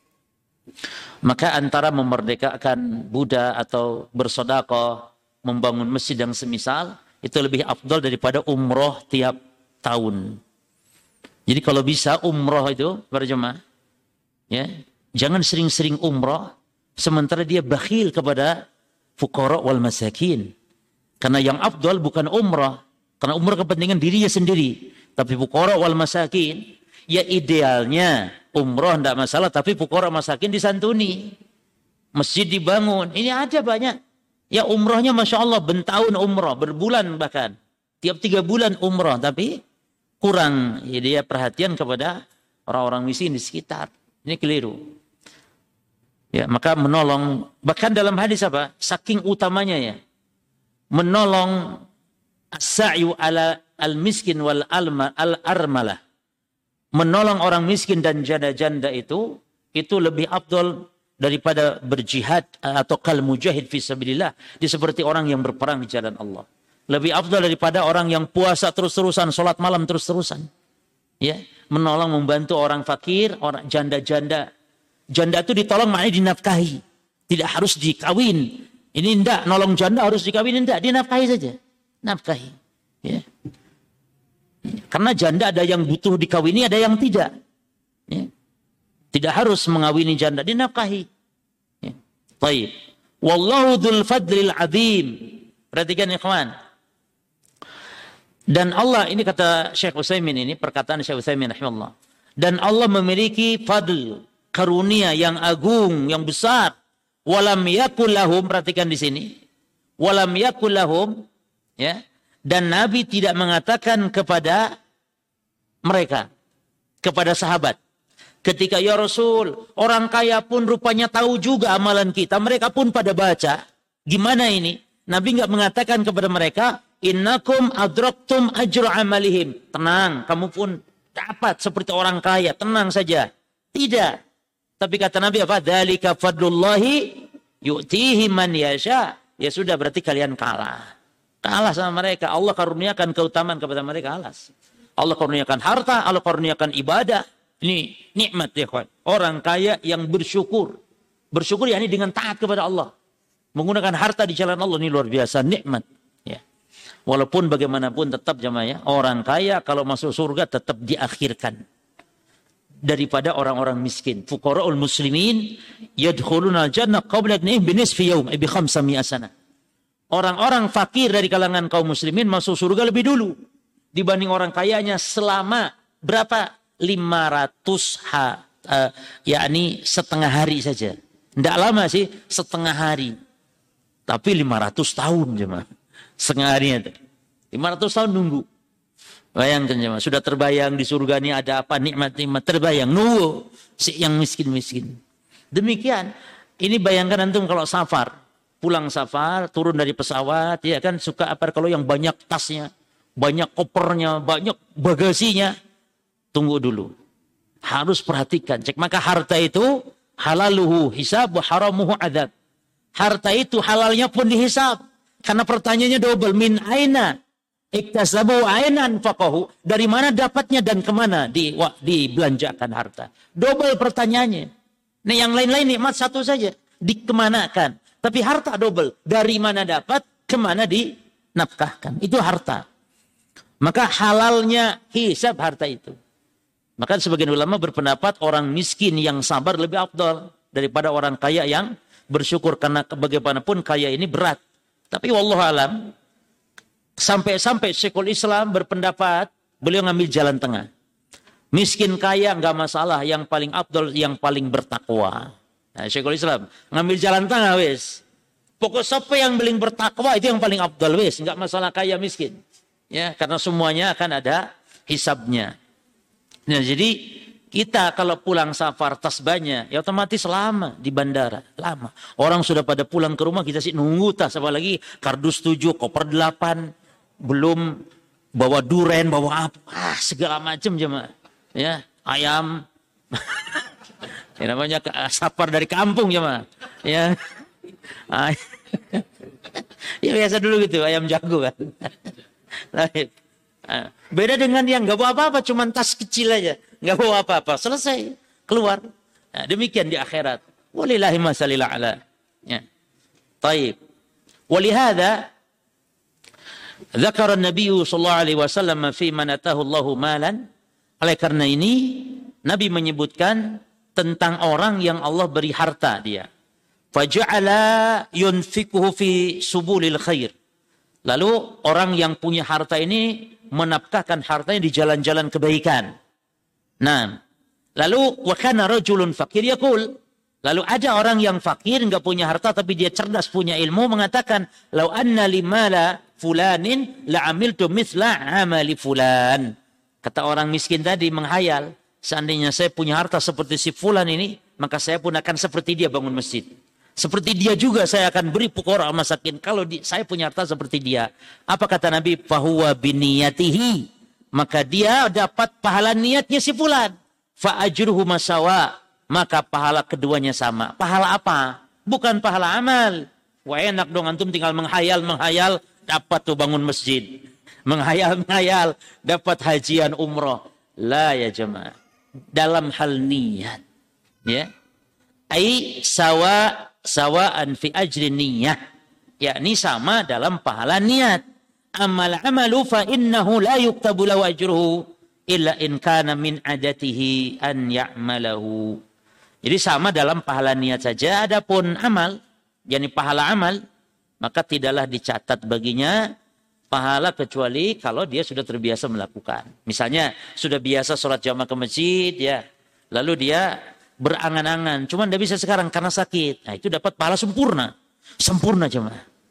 Speaker 1: Maka antara memerdekakan budak atau bersedekah, membangun masjid yang semisal, itu lebih afdal daripada umroh tiap tahun. Jadi kalau bisa umroh itu para jemaah, ya, jangan sering-sering umrah sementara dia bakhil kepada fuqara wal masakin. Karena yang afdal bukan umrah, karena umrah kepentingan dirinya sendiri. Tapi fuqara wal masakin, ya idealnya umrah tidak masalah, tapi fuqara masakin disantuni. Masjid dibangun, ini ada banyak. Ya umrahnya Masya Allah, bertahun umrah, berbulan bahkan. Tiap 3 bulan umrah, tapi kurang ya, dia perhatian kepada orang-orang miskin di sekitar. Ini keliru. Ya, maka menolong, bahkan dalam hadis apa? Saking utamanya ya. Menolong as-sa'yu ala al-miskin wal al-armalah. Menolong orang miskin dan janda-janda itu lebih afdal daripada berjihad atau kal mujahid fi sabilillah, seperti orang yang berperang di jalan Allah. Lebih afdal daripada orang yang puasa terus-terusan, salat malam terus-terusan. Ya, menolong membantu orang fakir, orang janda-janda. Janda itu ditolong maknanya dinafkahi. Tidak harus dikawin. Ini enggak, nolong janda harus dikawin, enggak, dinafkahi saja. Nafkahi. Ya. Karena janda ada yang butuh dikawini, ada yang tidak. Ya. Tidak harus mengawini janda, dinafkahi. Ya. Baik. Wallahu dzul fadlil azim. Perhatikan ikhwan. Dan Allah, ini kata Syekh Utsaimin, ini perkataan Syekh Utsaimin rahimahullah. Dan Allah memiliki fadl, karunia yang agung, yang besar. Walam yakul lahum, perhatikan di sini. Walam yakul lahum, Ya. Dan Nabi tidak mengatakan kepada mereka, kepada sahabat, ketika ya Rasul, orang kaya pun rupanya tahu juga amalan kita, mereka pun pada baca. Gimana ini? Nabi nggak mengatakan kepada mereka, innakum adraktum ajra amalihim. Tenang, kamu pun dapat seperti orang kaya, tenang saja. Tidak. Tapi kata Nabi apa? Dzalika fadlullahi yu'tihi man yasha. Ya sudah, berarti kalian kalah. Kalah sama mereka. Allah karuniakan keutamaan kepada mereka, alas. Allah karuniakan harta, Allah karuniakan ibadah. Ini nikmat ya kawan. Orang kaya yang bersyukur. Bersyukur yakni dengan taat kepada Allah. Menggunakan harta di jalan Allah, ini luar biasa nikmat. Ya. Walaupun bagaimanapun tetap jemaah ya, orang kaya kalau masuk surga tetap diakhirkan daripada orang-orang miskin. Fuqara'ul muslimin yadkhuluna al-jannah qabla binisfi yawm bi 500 sana. Orang-orang fakir dari kalangan kaum muslimin masuk surga lebih dulu dibanding orang kayanya selama berapa? 500 yakni setengah hari saja. Tidak lama sih, setengah hari. Tapi 500 tahun jemaah. Setengah harinya itu. 500 tahun nunggu. Bayangkan jemaah, sudah terbayang di surga ini ada apa nikmat-nikmat, terbayang nunggu si yang miskin-miskin. Demikian. Ini bayangkan antum kalau safar, pulang safar, turun dari pesawat, ya kan suka apa kalau yang banyak tasnya, banyak kopernya, banyak bagasinya. Tunggu dulu. Harus perhatikan, cek. Maka harta itu halaluhu hisab wa haramuhu adzab. Harta itu halalnya pun dihisab. Karena pertanyaannya double, min aina iktasabu ainan faqahu. Dari mana dapatnya dan kemana dibelanjakan harta. Double pertanyaannya. Nah yang lain-lain nikmat satu saja, dikemanakan. Tapi harta double. Dari mana dapat, kemana dinafkahkan. Itu harta. Maka halalnya hisab harta itu. Maka sebagian ulama berpendapat orang miskin yang sabar lebih afdal daripada orang kaya yang bersyukur. Karena bagaimanapun kaya ini berat. Tapi wallahu alam, sampai-sampai Syekhul Islam berpendapat, beliau ngambil jalan tengah. Miskin kaya nggak masalah, yang paling afdal, yang paling bertakwa. Nah, Syekhul Islam ngambil jalan tengah wes. Pokok siapa yang paling bertakwa itu yang paling afdal wes, nggak masalah kaya miskin. Ya, karena semuanya akan ada hisabnya. Nah, jadi kita kalau pulang safar tas banyak, ya otomatis lama di bandara, lama. Orang sudah pada pulang ke rumah, kita sih nunggu tas, apalagi kardus 7, koper 8, belum bawa duren, bawa apa, segala macam jemaah. Ya, ayam. Ya, namanya safar dari kampung jemaah. Ya. Ya biasa dulu gitu, ayam jago kan. Beda dengan yang nggak bawa apa-apa, cuma tas kecil aja, nggak bawa apa-apa, selesai, keluar. Nah, demikian di akhirat. Walillahi masalil a'la. Ya. Taib. Walihada dzakara Nabi sallallahu alaihi wasallam fi man atahu Allahu malan. Oleh karena ini Nabi menyebutkan tentang orang yang Allah beri harta dia. Faja'ala yunfikuhu fi subulil khair. Lalu orang yang punya harta ini menafkahkan hartanya di jalan-jalan kebaikan. Nah, lalu wa kana rajulun fakir yaqul. Lalu ada orang yang fakir enggak punya harta tapi dia cerdas, punya ilmu, mengatakan, "Lau anna limala fulanin la amiltu mithla amali fulan." Kata orang miskin tadi menghayal, seandainya saya punya harta seperti si fulan ini, maka saya pun akan seperti dia bangun masjid. Seperti dia juga saya akan beri fuqara masakin. Kalau saya punya harta seperti dia. Apa kata Nabi? Fahuwa biniyatihi. Maka dia dapat pahala niatnya si fulan. Fa ajruhu masawa. Maka pahala keduanya sama. Pahala apa? Bukan pahala amal. Wah enak dong antum tinggal menghayal. Dapat tuh bangun masjid. Menghayal. Dapat hajian umroh. La ya jemaah. Dalam hal niat. Ya. Ai sawaan fi ajri niyah, yakni sama dalam pahala niat. Amalu fa innahu la yuktabu lahu ajruhu illa in kana min adatihi an ya'malahu. Jadi sama dalam pahala niat saja. Adapun amal, yakni pahala amal, maka tidaklah dicatat baginya pahala kecuali kalau dia sudah terbiasa melakukan. Misalnya sudah biasa sholat jamaah ke masjid, ya, lalu dia berangan-angan, cuma tidak bisa sekarang karena sakit. Nah, itu dapat pahala sempurna. Sempurna jemaah.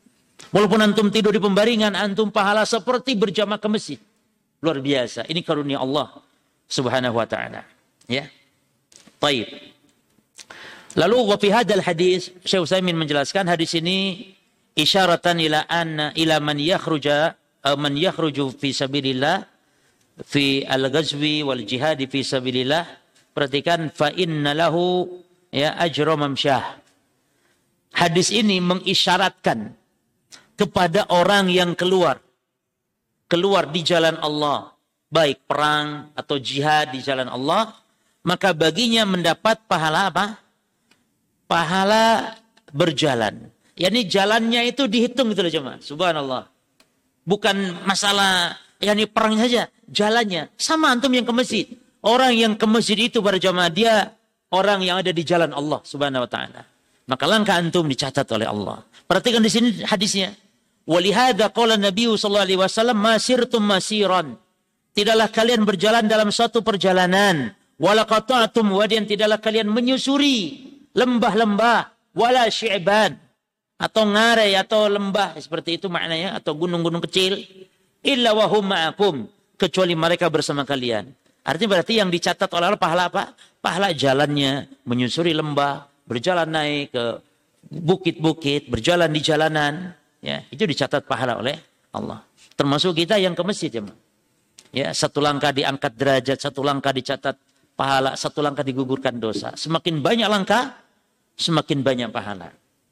Speaker 1: Walaupun antum tidur di pembaringan, antum pahala seperti berjamaah ke masjid. Luar biasa. Ini karunia Allah Subhanahu wa taala. Ya. Baik. Lalu wa fi hadzal hadis, Syekh Utsaimin menjelaskan hadis ini isyaratan ila man yakhruju fi sabilillah fi al-ghazwi wal jihad fi sabilillah. Perhatikan fa inna lahu ya ajra mamsyah. Hadis ini mengisyaratkan kepada orang yang keluar di jalan Allah, baik perang atau jihad di jalan Allah, maka baginya mendapat pahala apa? Pahala berjalan. Yani jalannya itu dihitung gitu loh jemaah. Subhanallah. Bukan masalah yani perang saja, jalannya sama antum yang ke masjid. Orang yang ke masjid itu para jemaah dia orang yang ada di jalan Allah Subhanahu wa taala. Maka langkah antum dicatat oleh Allah. Perhatikan di sini hadisnya. Walihada qala Nabi sallallahu alaihi wasallam masirtum masiran. Tidaklah kalian berjalan dalam suatu perjalanan, wala qata'tum wadiyan, tidaklah kalian menyusuri lembah-lembah, wala syi'ban, atau ngarai atau lembah seperti itu maknanya, atau gunung-gunung kecil, illa wa hum ma'akum, kecuali mereka bersama kalian. Artinya berarti yang dicatat oleh Allah pahala apa? Pahala jalannya, menyusuri lembah, berjalan naik ke bukit-bukit, berjalan di jalanan. Ya, itu dicatat pahala oleh Allah. Termasuk kita yang ke masjid ya. Ya, satu langkah diangkat derajat, satu langkah dicatat pahala, satu langkah digugurkan dosa. Semakin banyak langkah, semakin banyak pahala.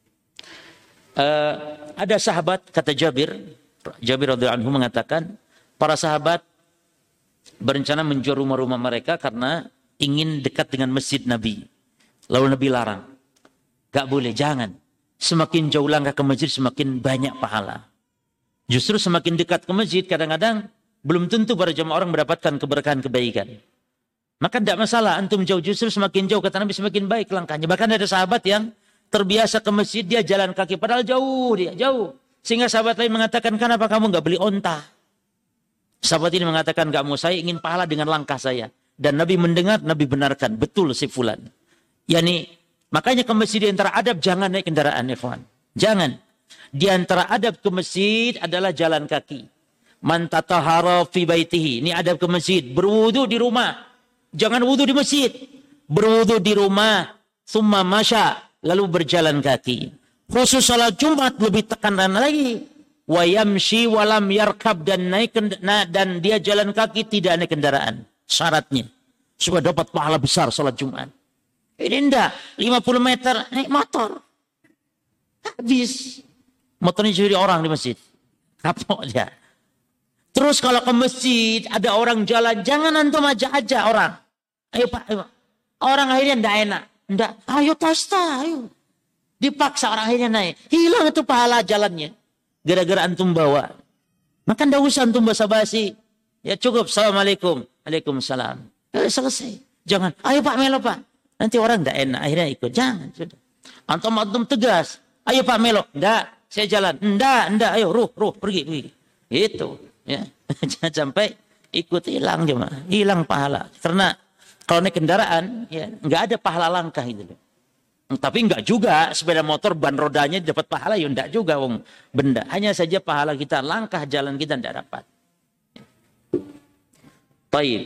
Speaker 1: Ada sahabat kata Jabir radhiyallahu anhu mengatakan, para sahabat berencana menjual rumah-rumah mereka karena ingin dekat dengan masjid Nabi. Lalu Nabi larang. Gak boleh, jangan. Semakin jauh langkah ke masjid, semakin banyak pahala. Justru semakin dekat ke masjid, kadang-kadang belum tentu para jemaah orang mendapatkan keberkahan kebaikan. Maka tidak masalah, antum jauh, justru semakin jauh, kata Nabi, semakin baik langkahnya. Bahkan ada sahabat yang terbiasa ke masjid, dia jalan kaki, padahal jauh dia, jauh. Sehingga sahabat lain mengatakan, kenapa kamu nggak beli onta? Sahabat ini mengatakan, nggak mau, saya ingin pahala dengan langkah saya. Dan Nabi mendengar, Nabi benarkan, betul si fulan. Yani, makanya ke masjid di antara adab jangan naik kendaraan, ikhwan. Jangan. Di antara adab ke masjid adalah jalan kaki. Man tatahara fi baitihi. Ini adab ke masjid. Berwudu di rumah. Jangan wudu di masjid. Berwudu di rumah. Summa masya. Lalu berjalan kaki. Khusus salat Jumat lebih tekanan lagi. Wa yamshi walam yarkab. Dan dan dia jalan kaki tidak naik kendaraan. Syaratnya. Supaya dapat pahala besar salat Jumat. Ini enggak, 50 meter naik motor. Habis. Motornya curi orang di masjid. Kapok dia. Terus kalau ke masjid ada orang jalan, jangan antum ajak-ajak orang. Ayo Pak, ayo. Orang akhirnya enggak enak. Enggak, ayo tasta, ayo. Dipaksa orang akhirnya naik. Hilang itu pahala jalannya. Gara-gara antum bawa. Maka enggak usah antum basa-basi. Ya cukup, Assalamualaikum. Waalaikumsalam. Selesai. Jangan, ayo Pak Melo Pak. Nanti orang tidak enak, akhirnya ikut. Jangan, sudah. Antum tegas. Ayo Pak Melo. Enggak, saya jalan. Enggak, ayo, ruh, pergi. Gitu. Ya. Jangan sampai ikut hilang jemaah. Hilang pahala. Karena kalau naik kendaraan, ya enggak ada pahala langkah itu. Tapi enggak juga sepeda motor ban rodanya dapat pahala, ya enggak juga wong benda. Hanya saja pahala kita, langkah jalan kita enggak dapat. Baik.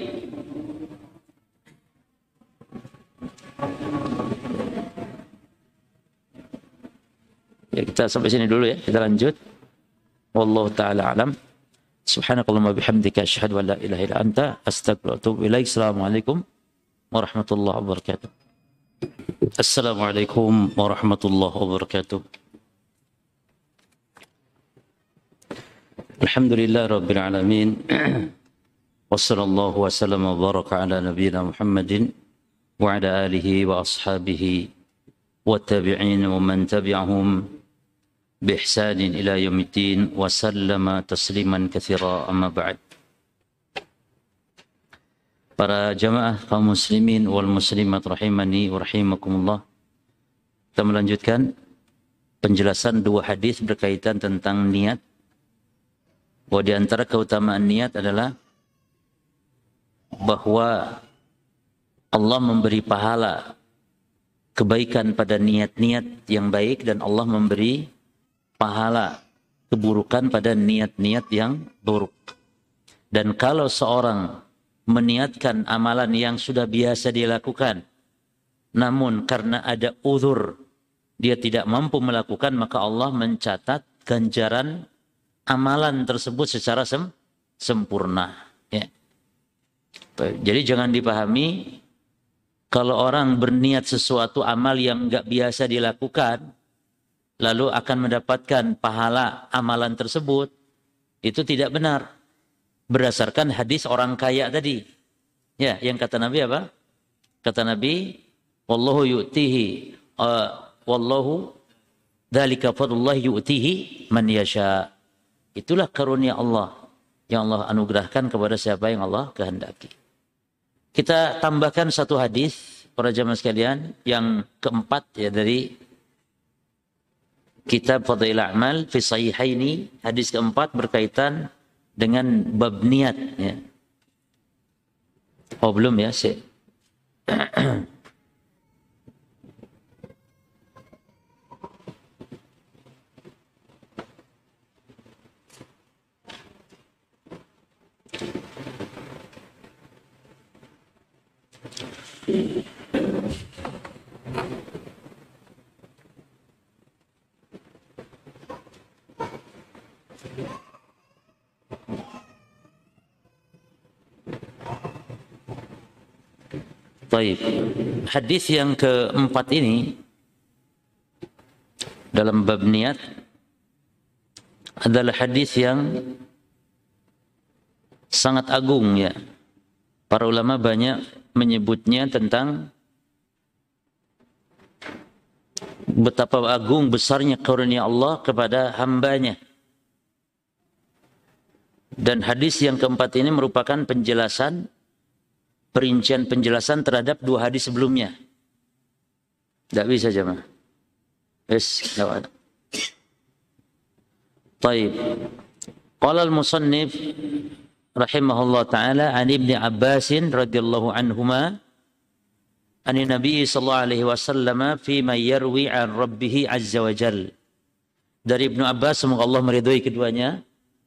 Speaker 1: Ya, kita sampai sini dulu ya. Kita lanjut. Wallahu taala alam. Subhanakallahumma bihamdika asyhadu an la ilaha illa anta astaghfiruka wa atubu ilaik. Assalamualaikum warahmatullahi wabarakatuh. Assalamualaikum warahmatullahi wabarakatuh. Alhamdulillah rabbil alamin. Wassallallahu wasallam wa baraka ala nabiyyina Muhammadin wa ala alihi wa ashabihi wa tabi'in wa man tabi'ahum bi ihsanin ila yaumiddin wa sallama tasliman katsira amma ba'd. Para jamaah kaum muslimin wal muslimat rahimani wa rahimakumullah. Kita melanjutkan penjelasan dua hadis berkaitan tentang niat. Bahwa di antara keutamaan niat adalah bahwa Allah memberi pahala kebaikan pada niat-niat yang baik dan Allah memberi pahala keburukan pada niat-niat yang buruk. Dan kalau seorang meniatkan amalan yang sudah biasa dilakukan, namun karena ada uzur dia tidak mampu melakukan, maka Allah mencatat ganjaran amalan tersebut secara sempurna. Ya. Jadi jangan dipahami kalau orang berniat sesuatu amal yang enggak biasa dilakukan, lalu akan mendapatkan pahala amalan tersebut, itu tidak benar. Berdasarkan hadis orang kaya tadi. Ya, yang kata Nabi apa? Kata Nabi, wallahu yu'tihi wallahu dzalika fadlullah yu'tihi man yasha. Itulah karunia Allah yang Allah anugerahkan kepada siapa yang Allah kehendaki. Kita tambahkan satu hadis para jamaah sekalian yang keempat ya dari kitab Fadhail A'mal fi Sahihaini, hadis keempat berkaitan dengan bab niat ya. Oh belum ya, Baik. Hadis yang keempat ini dalam bab niat adalah hadis yang sangat agung ya. Para ulama banyak menyebutnya tentang betapa agung besarnya karunia Allah kepada hambanya. Dan hadis yang keempat ini merupakan perincian penjelasan terhadap dua hadis sebelumnya. Tidak bisa jemaah. Yes, tidak ada. Baik. Qala al-musannif rahimahullah taala an Ibnu Abbas radhiyallahu anhuma an Nabi sallallahu alaihi wasallam fi ma yarwi an rabbih azza wa jalla. Dari Ibnu Abbas, semoga Allah meridhai keduanya,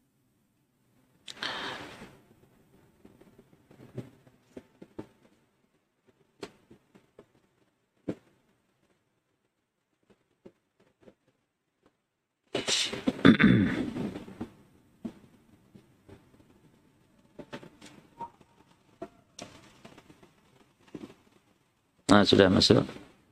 Speaker 1: sudah masuk.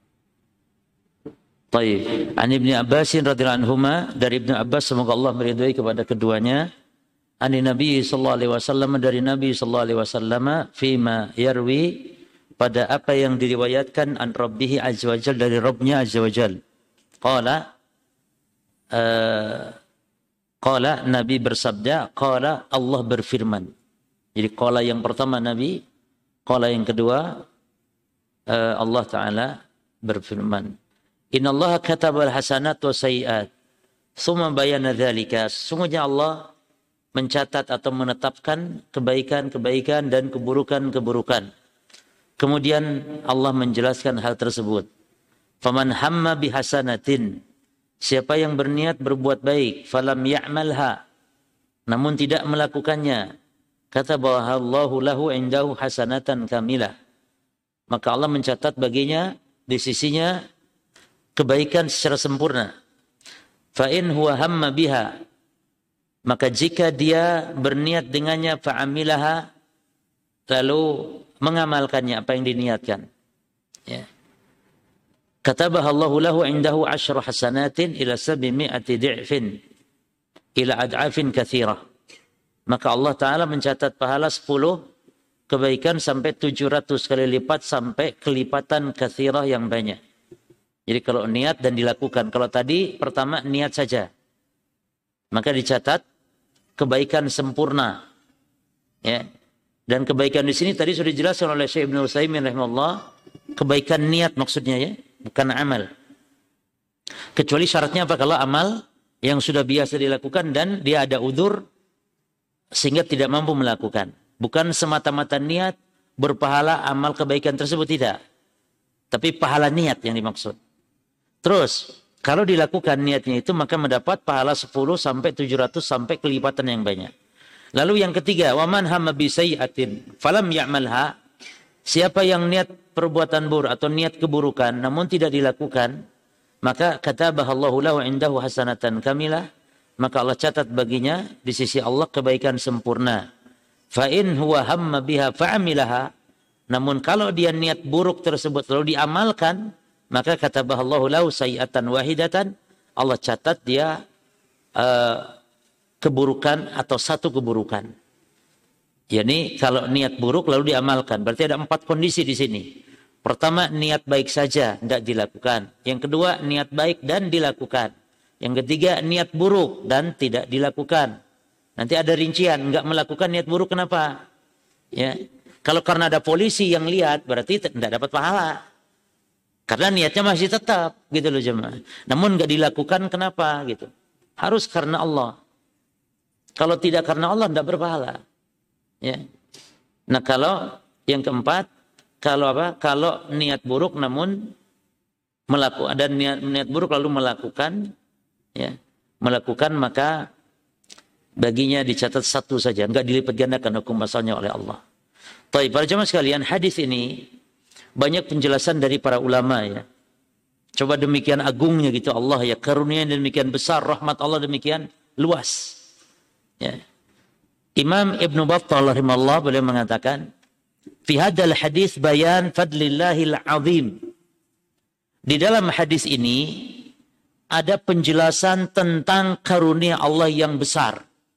Speaker 1: Baik. An Ibnu Abbas radhiyallahu anhuma, dari Ibnu Abbas semoga Allah meridhai kepada keduanya, an Nabi sallallahu alaihi wasallam, dari Nabi sallallahu alaihi wasallam, fima yarwi, pada apa yang diriwayatkan an Rabbih azza wajal, dari Rabbnya azza wajal. Qala Nabi bersabda, qala Allah berfirman. Jadi qala yang pertama Nabi, qala yang kedua Allah Ta'ala berfirman. Innallaha katabal hasanat wa sayiat, tsumma bayana dzalika. Sesungguhnya Allah mencatat atau menetapkan kebaikan-kebaikan dan keburukan-keburukan. Kemudian Allah menjelaskan hal tersebut. Faman hamma bihasanatin, siapa yang berniat berbuat baik, falam ya'malha, namun tidak melakukannya, katabaha Allahu lahu indahu hasanatan kamilah, maka Allah mencatat baginya di sisinya kebaikan secara sempurna. Fa in huwa hamma biha, maka jika dia berniat dengannya, fa'amilaha, lalu mengamalkannya apa yang diniatkan, ya, katabaha Allahu lahu indahu 10 hasanatin ila 700 di'fin ila ad'afin katsirah, maka Allah Ta'ala mencatat pahala 10 kebaikan sampai 700 kali lipat, sampai kelipatan katsirah yang banyak. Jadi kalau niat dan dilakukan, kalau tadi pertama niat saja, maka dicatat kebaikan sempurna. Ya. Dan kebaikan di sini tadi sudah dijelaskan oleh Syekh Ibnu Utsaimin rahimahullah, kebaikan niat maksudnya ya, bukan amal. Kecuali syaratnya apa? Kalau amal yang sudah biasa dilakukan dan dia ada udzur sehingga tidak mampu melakukan. Bukan semata-mata niat berpahala amal kebaikan tersebut, tidak. Tapi pahala niat yang dimaksud. Terus, Kalau dilakukan niatnya itu maka mendapat pahala 10 sampai 700 sampai kelipatan yang banyak. Lalu yang ketiga, waman hamma bi sayyi'atin falam ya'malha. Siapa yang niat perbuatan buruk atau niat keburukan namun tidak dilakukan, maka katabahallahu lahu indahu hasanatan kamilah, maka Allah catat baginya di sisi Allah kebaikan sempurna. Fa in huwa hamma biha fa'amilaha. Namun kalau dia niat buruk tersebut lalu diamalkan, maka katabahallahu lahu sayyi'atan wahidatan, Allah catat dia keburukan atau satu keburukan. Yani kalau niat buruk lalu diamalkan, berarti ada 4 kondisi di sini. Pertama, niat baik saja tidak dilakukan. Yang kedua, niat baik dan dilakukan. Yang ketiga, niat buruk dan tidak dilakukan. Nanti ada rincian, enggak melakukan niat buruk kenapa? Ya. Kalau karena ada polisi yang lihat, berarti tidak dapat pahala. Karena niatnya masih tetap, gitu loh jemaah. Namun enggak dilakukan kenapa? Gitu. Harus karena Allah. Kalau tidak karena Allah, tidak berpahala. Ya. Nah kalau yang keempat, kalau apa? Kalau niat buruk namun melakukan, ada niat buruk lalu melakukan, ya, melakukan maka baginya dicatat satu saja, enggak dilipat gandakan hukum asalnya oleh Allah. Baik, para jemaah sekalian, hadis ini banyak penjelasan dari para ulama ya. Coba demikian agungnya gitu Allah ya, karunia demikian besar, rahmat Allah demikian luas. Ya. Imam Ibn Battah rahimahullah beliau mengatakan, fi hadzal hadis bayan fadlillahil azim. Di dalam hadis ini ada penjelasan tentang karunia Allah yang besar.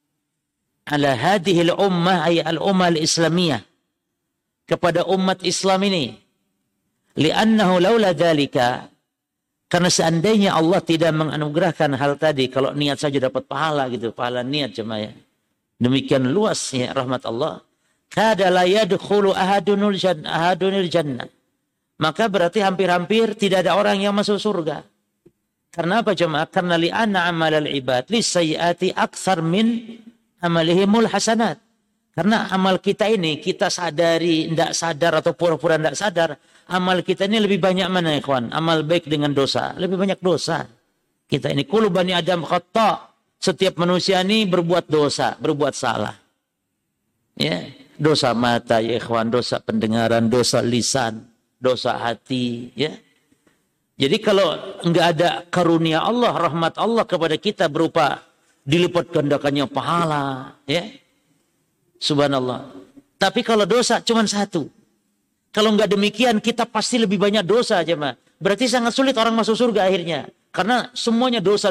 Speaker 1: Ala hadhil ummah ay al ummah al islamiyah, kepada umat Islam ini. Li'annahu laula dzalika, karena seandainya Allah tidak menganugerahkan hal tadi, kalau niat saja dapat pahala gitu, pahala niat jemaah. Demikian luasnya rahmat Allah. Kada la yadkhulu ahadunil jannah. Maka berarti hampir-hampir tidak ada orang yang masuk surga. Karena apa jemaah? Karena li'anna amalal ibad lisayyiati aktsar min amalihimul hasanat. Karena amal kita ini, kita sadari, tidak sadar atau pura-pura tidak sadar, amal kita ini lebih banyak mana ya kawan? Amal baik dengan dosa. Lebih banyak dosa. Kita ini kullu bani Adam khata'. Setiap manusia ini berbuat dosa, berbuat salah. Ya, dosa mata ya ikhwan, dosa pendengaran, dosa lisan, dosa hati, ya. Jadi kalau enggak ada karunia Allah, rahmat Allah kepada kita berupa dilipat gandakannya pahala, ya. Subhanallah. Tapi kalau dosa cuma satu. Kalau enggak demikian kita pasti lebih banyak dosa aja, Mak. Berarti sangat sulit orang masuk surga akhirnya. Karena semuanya dosa.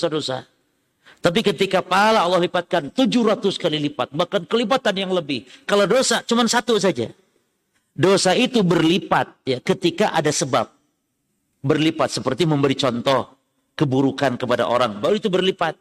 Speaker 1: Tapi ketika pahala Allah lipatkan 700 kali lipat, bahkan kelipatan yang lebih. Kalau dosa cuma satu saja. Dosa itu berlipat ya ketika ada sebab. Berlipat seperti memberi contoh keburukan kepada orang, baru itu berlipat.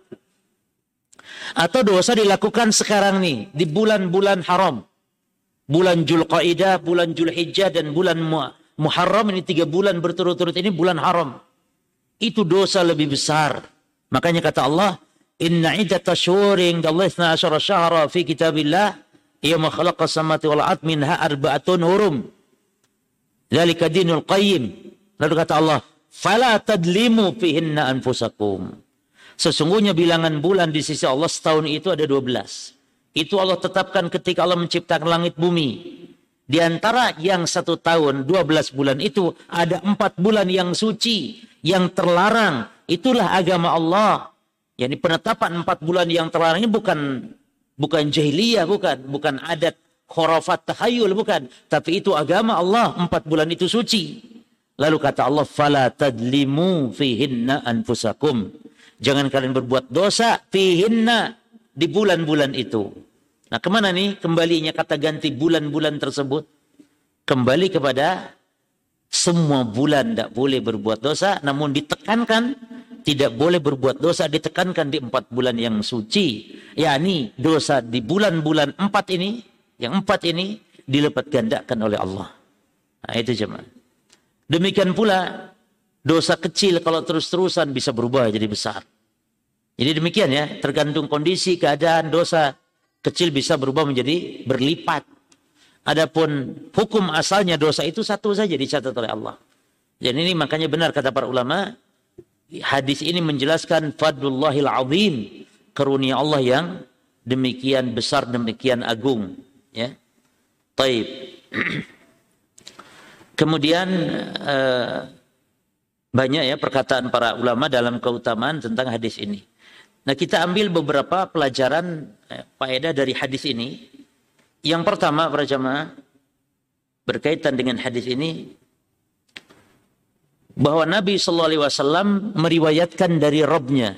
Speaker 1: Atau dosa dilakukan sekarang nih di bulan-bulan haram. Bulan Dzulqa'dah, bulan Dzulhijjah dan bulan Muharram, ini 3 bulan berturut-turut ini bulan haram. Itu dosa lebih besar. Makanya kata Allah, inna iddata syuhurin Allah 12 syahra fi kitabillah yawma khalaqas samawati wal ardh minha arba'atun hurum. Dzalika dinul qayyim. Lalu kata Allah, fala tadlimu fihinna anfusakum. Sesungguhnya bilangan bulan di sisi Allah setahun itu ada 12. Itu Allah tetapkan ketika Allah menciptakan langit bumi. Di antara yang 1 tahun 12 bulan itu ada 4 bulan yang suci, yang terlarang. Itulah agama Allah. Yani penetapan 4 bulan yang terlarang ini bukan jahiliyah, bukan adat khurafat takhayul, bukan. Tapi itu agama Allah, 4 bulan itu suci. Lalu kata Allah, fala tadlimu fihinna anfusakum. Jangan kalian berbuat dosa fihinna, di bulan-bulan itu. Nah, kemana nih kembalinya kata ganti bulan-bulan tersebut? Kembali kepada semua bulan tidak boleh berbuat dosa, namun ditekankan tidak boleh berbuat dosa, ditekankan di 4 bulan yang suci. Yakni dosa di bulan-bulan 4 ini, yang 4 ini dilipat gandakan oleh Allah. Nah, itu jemaah. Demikian pula dosa kecil kalau terus-terusan bisa berubah jadi besar. Jadi demikian ya, tergantung kondisi, keadaan, dosa kecil bisa berubah menjadi berlipat. Adapun hukum asalnya dosa itu satu saja dicatat oleh Allah. Jadi ini makanya benar kata para ulama, hadis ini menjelaskan fadlullahil azim, karunia Allah yang demikian besar, demikian agung, ya. Taib. Kemudian banyak ya perkataan para ulama dalam keutamaan tentang hadis ini. Nah, kita ambil beberapa pelajaran faedah dari hadis ini. Yang pertama, para jamaah, berkaitan dengan hadis ini, bahwa Nabi SAW meriwayatkan dari Rabb-Nya.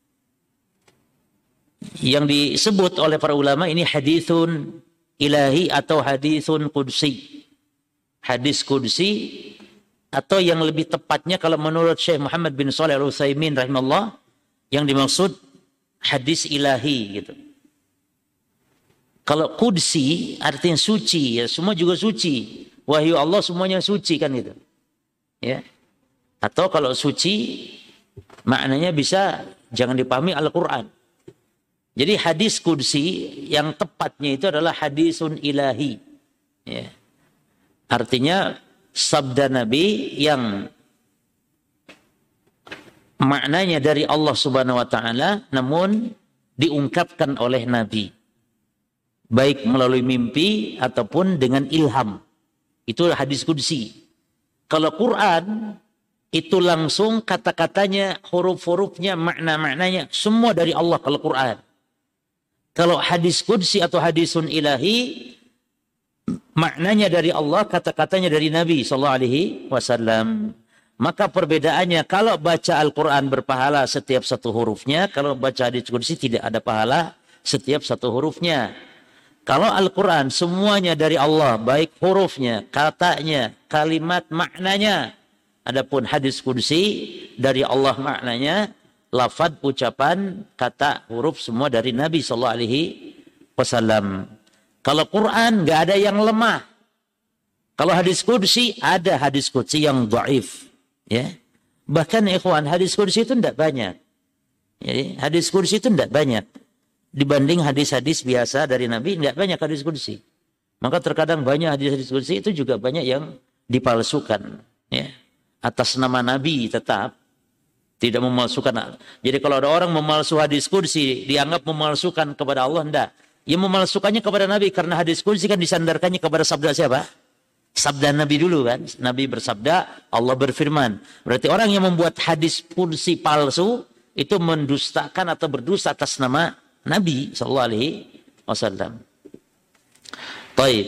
Speaker 1: Yang disebut oleh para ulama ini hadisun ilahi atau hadisun qudsi. Hadis qudsi, atau yang lebih tepatnya kalau menurut Syekh Muhammad bin Shalih Al-Utsaimin rahimahullah, yang dimaksud hadis ilahi gitu. Kalau qudsi artinya suci, ya semua juga suci. Wahyu Allah semuanya suci kan gitu. Ya. Atau kalau suci maknanya bisa jangan dipahami Al-Qur'an. Jadi hadis qudsi yang tepatnya itu adalah hadisun ilahi. Ya. Artinya sabda Nabi yang maknanya dari Allah Subhanahu wa taala namun diungkapkan oleh Nabi, baik melalui mimpi ataupun dengan ilham. Itu hadis qudsi. Kalau Quran itu langsung kata-katanya, huruf-hurufnya, makna-maknanya semua dari Allah kalau Quran. Kalau hadis qudsi atau hadisun ilahi maknanya dari Allah, kata-katanya dari Nabi SAW. Maka perbedaannya, kalau baca Al-Quran berpahala setiap satu hurufnya, kalau baca hadis qudsi tidak ada pahala setiap satu hurufnya. Kalau Al-Quran semuanya dari Allah, baik hurufnya, katanya, kalimat, maknanya. Adapun hadis qudsi dari Allah maknanya, lafaz, ucapan, kata, huruf semua dari Nabi SAW. Kalau Quran nggak ada yang lemah. Kalau hadis qudsi ada hadis qudsi yang dhaif, ya. Bahkan ikhwan, hadis qudsi itu tidak banyak. Jadi hadis qudsi itu tidak banyak dibanding hadis-hadis biasa dari Nabi, tidak banyak hadis qudsi. Maka terkadang banyak hadis-hadis qudsi itu juga banyak yang dipalsukan, ya. Atas nama Nabi tetap tidak memalsukan. Jadi kalau ada orang memalsu hadis qudsi dianggap memalsukan kepada Allah, enggak. Yang memalsukannya kepada Nabi, karena hadis qudsi kan disandarkannya kepada sabda siapa? Sabda Nabi dulu kan. Nabi bersabda, Allah berfirman. Berarti orang yang membuat hadis qudsi palsu itu mendustakan atau berdosa atas nama Nabi SAW. Baik.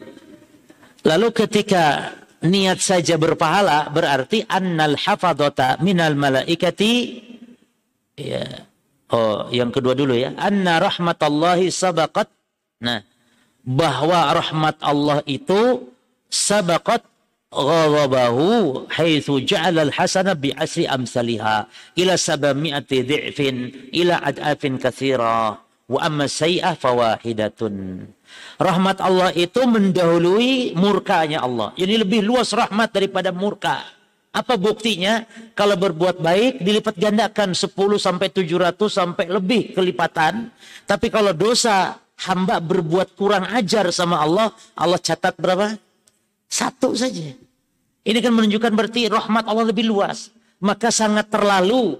Speaker 1: Lalu ketika niat saja berpahala, berarti annal hafadhata minal malaikati, ya. Oh, yang kedua dulu ya. Anna rahmatallahi sabaqat. Nah, bahwa rahmat Allah itu sabaqat ghadabahu haitsu ja'ala al-hasana bi asri amsalha ila 700 dhi'fin ila ad'afin katsira wa amma sayyi'ah fawahidatun. Rahmat Allah itu mendahului murkanya Allah. Jadi lebih luas rahmat daripada murka. Apa buktinya? Kalau berbuat baik dilipat gandakan 10 sampai 700 sampai lebih kelipatan. Tapi kalau dosa hamba berbuat kurang ajar sama Allah, Allah catat berapa? 1 saja. Ini kan menunjukkan berarti rahmat Allah lebih luas. Maka sangat terlalu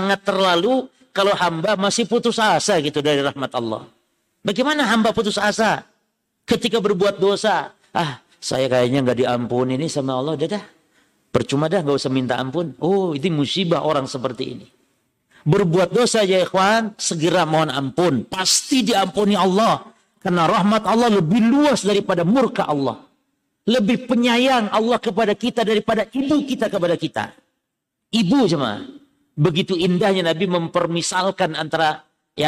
Speaker 1: kalau hamba masih putus asa gitu dari rahmat Allah. Bagaimana hamba putus asa ketika berbuat dosa? Saya kayaknya nggak diampuni ini sama Allah, dah. Percuma dah, gak usah minta ampun. Oh, itu musibah orang seperti ini. Berbuat dosa ya ikhwan, segera mohon ampun. Pasti diampuni Allah. Karena rahmat Allah lebih luas daripada murka Allah. Lebih penyayang Allah kepada kita daripada ibu kita kepada kita. Ibu jemaah. Begitu indahnya Nabi mempermisalkan antara,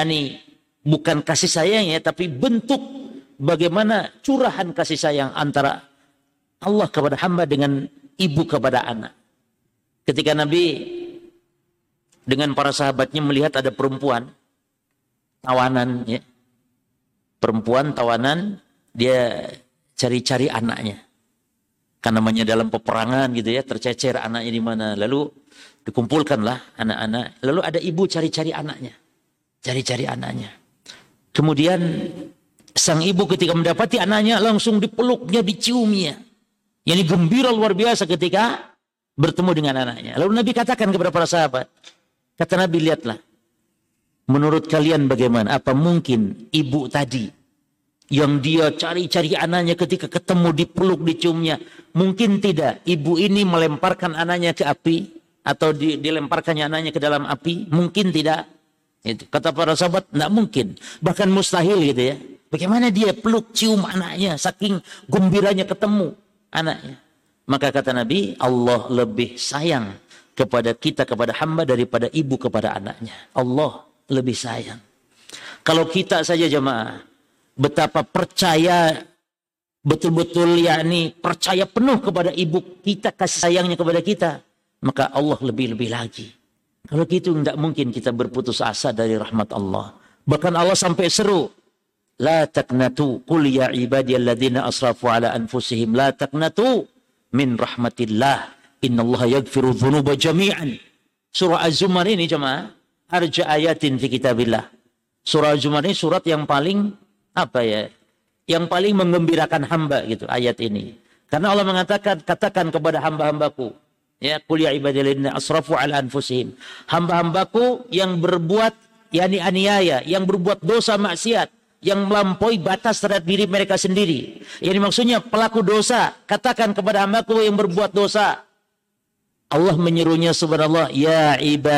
Speaker 1: bukan kasih sayang ya, tapi bentuk bagaimana curahan kasih sayang antara Allah kepada hamba dengan ibu kepada anak. Ketika Nabi dengan para sahabatnya melihat ada perempuan tawanan, ya. Perempuan tawanan, dia cari-cari anaknya. Kan namanya dalam peperangan gitu ya, tercecer anaknya di mana. Lalu dikumpulkanlah anak-anak. Lalu ada ibu cari-cari anaknya. Cari-cari anaknya. Kemudian sang ibu ketika mendapati anaknya langsung dipeluknya, diciumnya. Yang gembira luar biasa ketika bertemu dengan anaknya. Lalu Nabi katakan kepada para sahabat, kata Nabi, lihatlah, menurut kalian bagaimana? Apa mungkin ibu tadi yang dia cari-cari anaknya ketika ketemu dipeluk, diciumnya, mungkin tidak ibu ini melemparkan anaknya ke api atau dilemparkannya anaknya ke dalam api? Mungkin tidak. Itu kata para sahabat, tidak mungkin, bahkan mustahil gitu ya. Bagaimana dia peluk cium anaknya saking gembiranya ketemu anaknya? Maka kata Nabi, Allah lebih sayang kepada kita, kepada hamba, daripada ibu kepada anaknya. Allah lebih sayang. Kalau kita saja jemaah, betapa percaya betul-betul, yakni percaya penuh kepada ibu kita, kasih sayangnya kepada kita, maka Allah lebih-lebih lagi. Kalau gitu tidak mungkin kita berputus asa dari rahmat Allah. Bahkan Allah sampai seru, la taqnatu qul ya ibadiyalladzina asrafu ala anfusihim la taqnatu min rahmatillah innallaha yaghfiru dzunuba jami'an. Surah Az-Zumar ini jemaah arja ayatin fi kitabillah. Surah Az-Zumar ini surat yang paling yang paling menggembirakan hamba gitu, ayat ini. Karena Allah mengatakan, katakan kepada hamba-hambaku, ya, qul ya ibadilladzina asrafu ala anfusihim, hamba-hambaku yang berbuat yakni aniaya, yang berbuat dosa maksiat, yang melampaui batas terhadap diri mereka sendiri. Yani maksudnya pelaku dosa, katakan kepada hambaku yang berbuat dosa. Allah menyerunya subhanallah, ya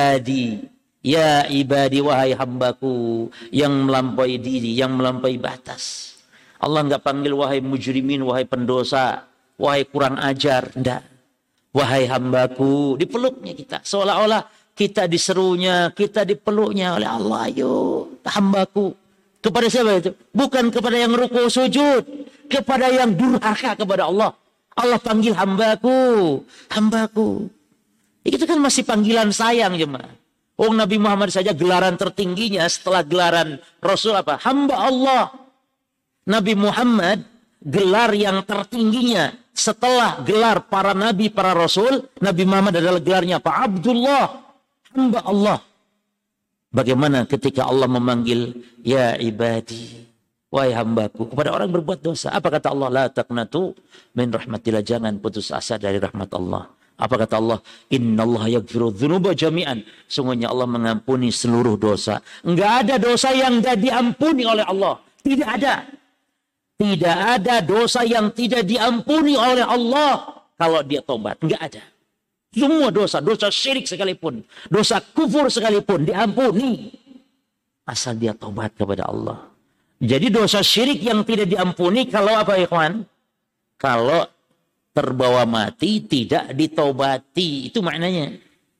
Speaker 1: ibadi wahai hambaku yang melampaui diri, yang melampaui batas. Allah enggak panggil wahai mujrimin, wahai pendosa, wahai kurang ajar, enggak. Wahai hambaku, dipeluknya kita. Seolah-olah kita diserunya, kita dipeluknya oleh Allah. Ayo, hambaku. Kepada siapa itu? Bukan kepada yang ruku sujud. Kepada yang durhaka kepada Allah. Allah panggil hambaku. Hambaku. Itu kan masih panggilan sayang jemaah. Oh, Nabi Muhammad saja gelaran tertingginya setelah gelaran Rasul apa? Hamba Allah. Nabi Muhammad gelar yang tertingginya setelah gelar para nabi, para rasul, Nabi Muhammad adalah gelarnya apa? Abdullah, hamba Allah. Bagaimana ketika Allah memanggil ya ibadi, wahai hambaku, kepada orang berbuat dosa? Apa kata Allah? La taqnatu min rahmatillah, jangan putus asa dari rahmat Allah. Apa kata Allah? Innallaha yaghfiru dzunuba jami'an. Sungguhnya Allah mengampuni seluruh dosa. Enggak ada dosa yang tidak diampuni oleh Allah. Tidak ada. Tidak ada dosa yang tidak diampuni oleh Allah kalau dia tobat. Enggak ada. Semua dosa, dosa syirik sekalipun, dosa kufur sekalipun diampuni asal dia tobat kepada Allah. Jadi dosa syirik yang tidak diampuni kalau apa ya kawan? Kalau terbawa mati tidak ditobati, itu maknanya.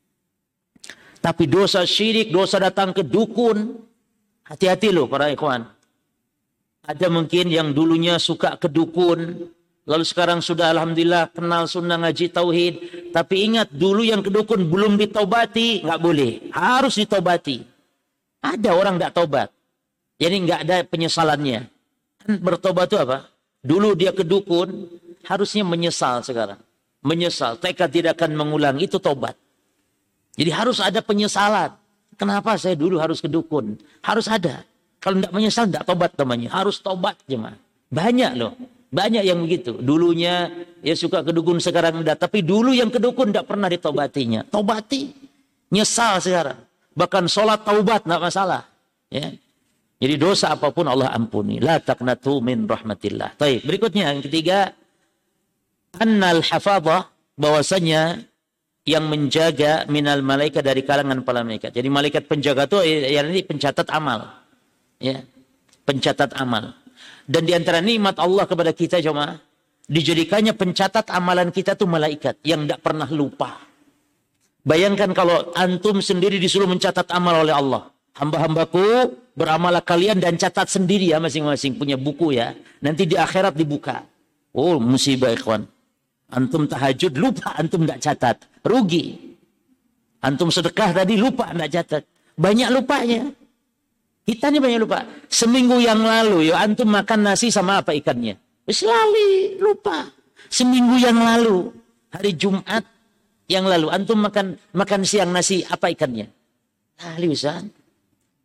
Speaker 1: Tapi dosa syirik, dosa datang ke dukun, hati-hati loh para ikhwan. Ada mungkin yang dulunya suka ke dukun, lalu sekarang sudah alhamdulillah kenal sunnah, ngaji tauhid. Tapi ingat, dulu yang ke dukun belum ditobati, nggak boleh, harus ditobati. Ada orang nggak tobat, jadi nggak ada penyesalannya. Bertobat itu apa? Dulu dia ke dukun, harusnya menyesal sekarang. Menyesal, tekad tidak akan mengulang, itu tobat. Jadi harus ada penyesalan. Kenapa saya dulu harus ke dukun? Harus ada. Kalau tidak menyesal, tidak tobat namanya. Harus tobat jemaah. Banyak loh. Banyak yang begitu. Dulunya ya suka ke dukun, sekarang tidak. Tapi dulu yang ke dukun tidak pernah ditobatinya. Tobati. Nyesal sekarang. Bahkan sholat taubat tidak masalah. Ya. Jadi dosa apapun Allah ampuni. La taqnatu min rahmatillah. Baik. Berikutnya yang ketiga. Annal hafadhah. Bahwasanya yang menjaga minal malaikat, dari kalangan para malaikat. Jadi malaikat penjaga itu yang ini pencatat amal. Ya, pencatat amal. Dan di antara nikmat Allah kepada kita jemaah, dijadikannya pencatat amalan kita tuh malaikat yang tidak pernah lupa. Bayangkan kalau antum sendiri disuruh mencatat amal oleh Allah. Hamba-hambaku beramal kalian dan catat sendiri ya, masing-masing punya buku ya. Nanti di akhirat dibuka. Oh, musibah ikhwan. Antum tahajud lupa, antum tidak catat, rugi. Antum sedekah tadi lupa, tidak catat, banyak lupanya. Kita ini banyak lupa. Seminggu yang lalu ya antum makan nasi sama apa ikannya? Lali, lupa. Seminggu yang lalu, hari Jumat yang lalu antum makan siang nasi apa ikannya? Lali Ustaz.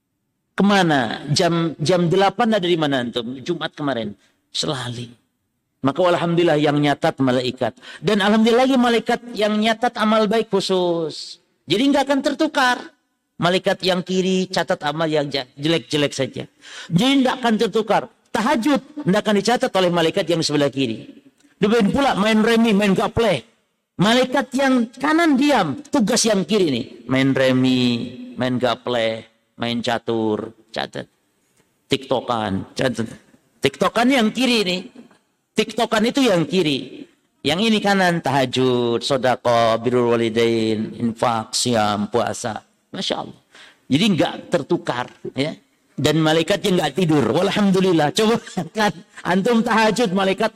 Speaker 1: Kemana? Jam 8 ada di mana antum? Jumat kemarin. Selali. Maka alhamdulillah yang nyatat malaikat. Dan alhamdulillah lagi malaikat yang nyatat amal baik khusus. Jadi nggak akan tertukar. Malaikat yang kiri catat amal yang jelek-jelek saja. Jadi nggak akan tertukar. Tahajud nggak akan dicatat oleh malaikat yang sebelah kiri. Demikian pula main remi, main gaple. Malaikat yang kanan diam. Tugas yang kiri nih. Main remi, main gaple, main catur. Catat. Tiktokan. Catat. Tiktokan yang kiri nih. TikTokan itu yang kiri. Yang ini kanan tahajud, sedekah, birrul walidain, infak, siam, puasa. Masya Allah. Jadi enggak tertukar. Ya. Dan malaikatnya enggak tidur. Walhamdulillah. Coba kan. Antum tahajud malaikat.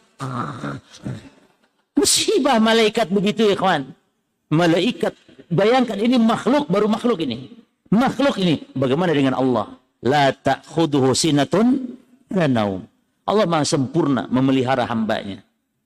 Speaker 1: Musibah malaikat begitu ya kawan. Malaikat. Bayangkan ini makhluk, baru makhluk ini. Makhluk ini. Bagaimana dengan Allah? La ta'khuduhu sinatun la naum. Allah maha sempurna memelihara hambanya.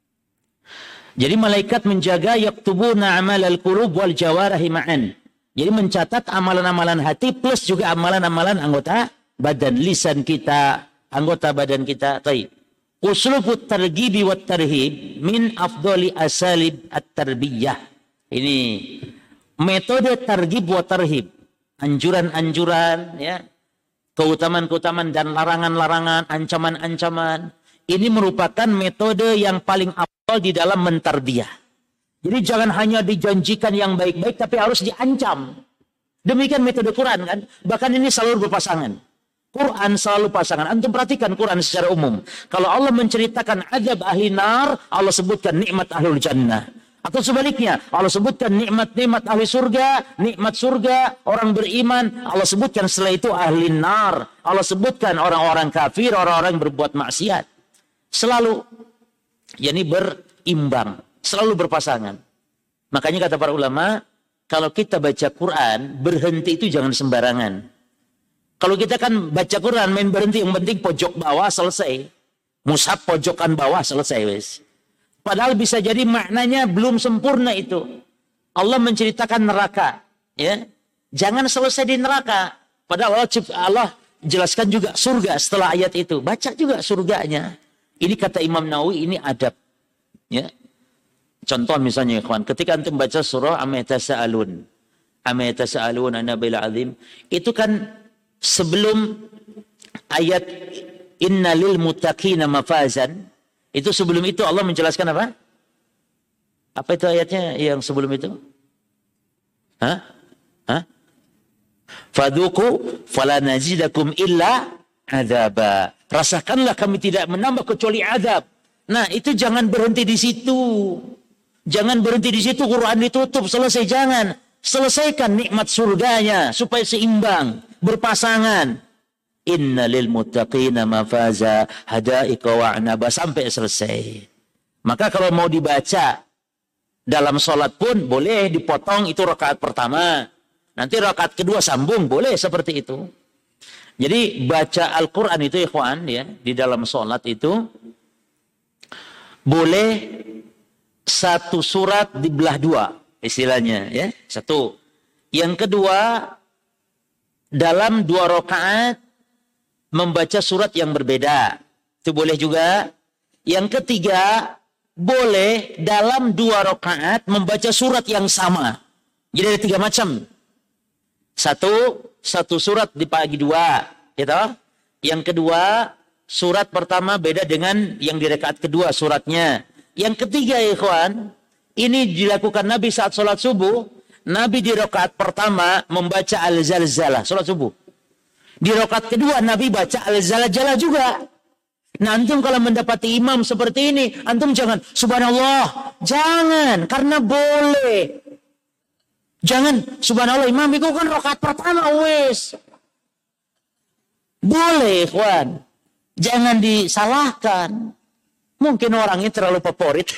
Speaker 1: Jadi malaikat menjaga yaktubuna amalal qulub wal jawarihi ma'an. Jadi mencatat amalan-amalan hati plus juga amalan-amalan anggota badan, lisan kita, anggota badan kita. Baik. Uslubut targhibi wat tarhib min afdali asalib at-tarbiyah. Ini metode targhib wa tarhib. Anjuran-anjuran ya. Keutamaan-keutamaan dan larangan-larangan, ancaman-ancaman. Ini merupakan metode yang paling afdal di dalam mentarbiyah. Jadi jangan hanya dijanjikan yang baik-baik, tapi harus diancam. Demikian metode Quran kan. Bahkan ini selalu berpasangan. Quran selalu pasangan. Antum perhatikan Quran secara umum. Kalau Allah menceritakan azab ahli nar, Allah sebutkan nikmat ahlul jannah. Atau sebaliknya, Allah sebutkan nikmat-nikmat ahli surga, nikmat surga, orang beriman. Allah sebutkan setelah itu ahli nar. Allah sebutkan orang-orang kafir, orang-orang yang berbuat maksiat. Selalu, yakni berimbang, selalu berpasangan. Makanya kata para ulama, kalau kita baca Quran, berhenti itu jangan sembarangan. Kalau kita kan baca Quran, main berhenti, yang penting pojok bawah selesai. Mushaf pojokan bawah selesai, wes. Padahal bisa jadi maknanya belum sempurna itu. Allah menceritakan neraka. Ya. Jangan selesai di neraka. Padahal Allah jelaskan juga surga setelah ayat itu. Baca juga surganya. Ini kata Imam Nawawi, ini adab. Ya. Contoh misalnya, ikhwan. Ketika antum baca surah Amma yatasa'alun. Amma yatasa'alun anabil azim. Itu kan sebelum ayat Inna lil muttaqina mafazan. Itu sebelum itu Allah menjelaskan apa? Apa itu ayatnya yang sebelum itu? Hah? Hah? Fadhuku fala nazidakum illa adzaba. Rasakanlah kami tidak menambah kecuali azab. Nah, itu jangan berhenti di situ. Jangan berhenti di situ, Quran ditutup, selesai, jangan. Selesaikan nikmat surganya supaya seimbang, berpasangan. Inna lil muttaqina mafaza hada'iqa wa'naba sampai selesai. Maka kalau mau dibaca dalam sholat pun boleh dipotong, itu rakaat pertama. Nanti rakaat kedua sambung, boleh seperti itu. Jadi baca Al-Quran itu ikhwan ya, di dalam sholat itu boleh satu surat dibelah dua istilahnya ya. Satu. Yang kedua, dalam dua rakaat membaca surat yang berbeda. Itu boleh juga. Yang ketiga, boleh dalam dua rakaat membaca surat yang sama. Jadi ada tiga macam. Satu surat dibagi dua. Gitu. Yang kedua, surat pertama beda dengan yang di rakaat kedua suratnya. Yang ketiga, ikhwan, ini dilakukan Nabi saat sholat subuh. Nabi di rakaat pertama membaca Al-Zalzalah, sholat subuh. Di rakaat kedua Nabi baca Al-Zalzalah juga. Nah, antum kalau mendapati imam seperti ini, antum jangan subhanallah, jangan, karena boleh. Jangan subhanallah, imam itu kan rakaat pertama wes. Boleh, ikhwan. Jangan disalahkan. Mungkin orangnya terlalu favorit.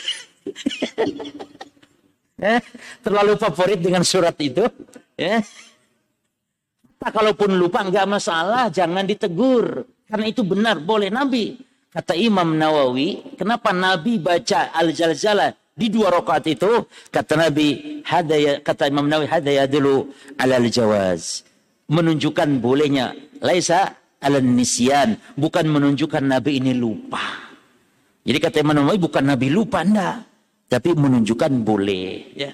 Speaker 1: Terlalu favorit dengan surat itu, ya. Kalaupun lupa nggak masalah, jangan ditegur. Karena itu benar, boleh Nabi. Kata Imam Nawawi, kenapa Nabi baca Al-Zalzalah di dua rakaat itu? Kata Nabi, kata Imam Nawawi, hadaya dulu alal jawaz. Menunjukkan bolehnya. Laisa alal nisyan. Bukan menunjukkan Nabi ini lupa. Jadi kata Imam Nawawi bukan Nabi lupa, enggak, tapi menunjukkan boleh, ya.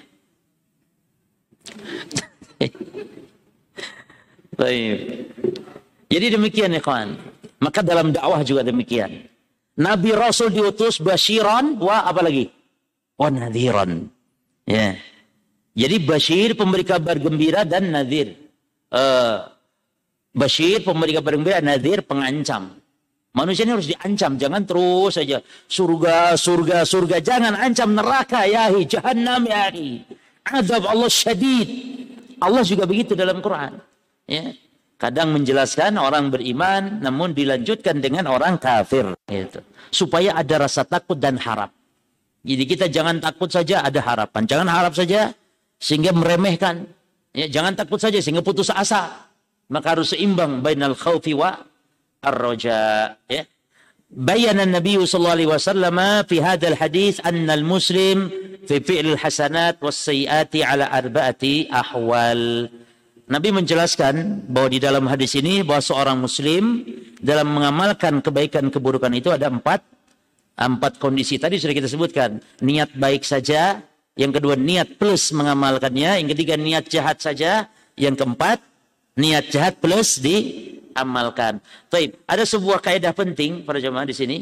Speaker 1: Baik. Jadi demikian ya kawan. Maka dalam dakwah juga demikian. Nabi Rasul diutus basyiran wa apa lagi? Wa nadhiran. Ya. Jadi basyir pemberi kabar gembira dan nadhir. Basyir pemberi kabar gembira, nadhir pengancam. Manusia ini harus diancam, jangan terus saja surga, surga, surga. Jangan ancam neraka ya hi, jahannam ya hi. Azab Allah syadid. Allah juga begitu dalam Quran. Ya. Kadang menjelaskan orang beriman, namun dilanjutkan dengan orang kafir. Gitu. Supaya ada rasa takut dan harap. Jadi kita jangan takut saja, ada harapan. Jangan harap saja sehingga meremehkan. Ya, jangan takut saja sehingga putus asa. Maka harus seimbang bainal khaufi wa ar-raja. Ya. Bayana Nabi sallallahu alaihi wasallam fi hadzal hadis anna al-muslim fi fi'l hasanat was sayyiati ala arba'ati ahwal. Nabi menjelaskan bahwa di dalam hadis ini bahwa seorang muslim dalam mengamalkan kebaikan keburukan itu ada empat kondisi. Tadi sudah kita sebutkan. Niat baik saja. Yang kedua niat plus mengamalkannya. Yang ketiga niat jahat saja. Yang keempat niat jahat plus diamalkan. Baik, ada sebuah kaidah penting para jemaah di sini.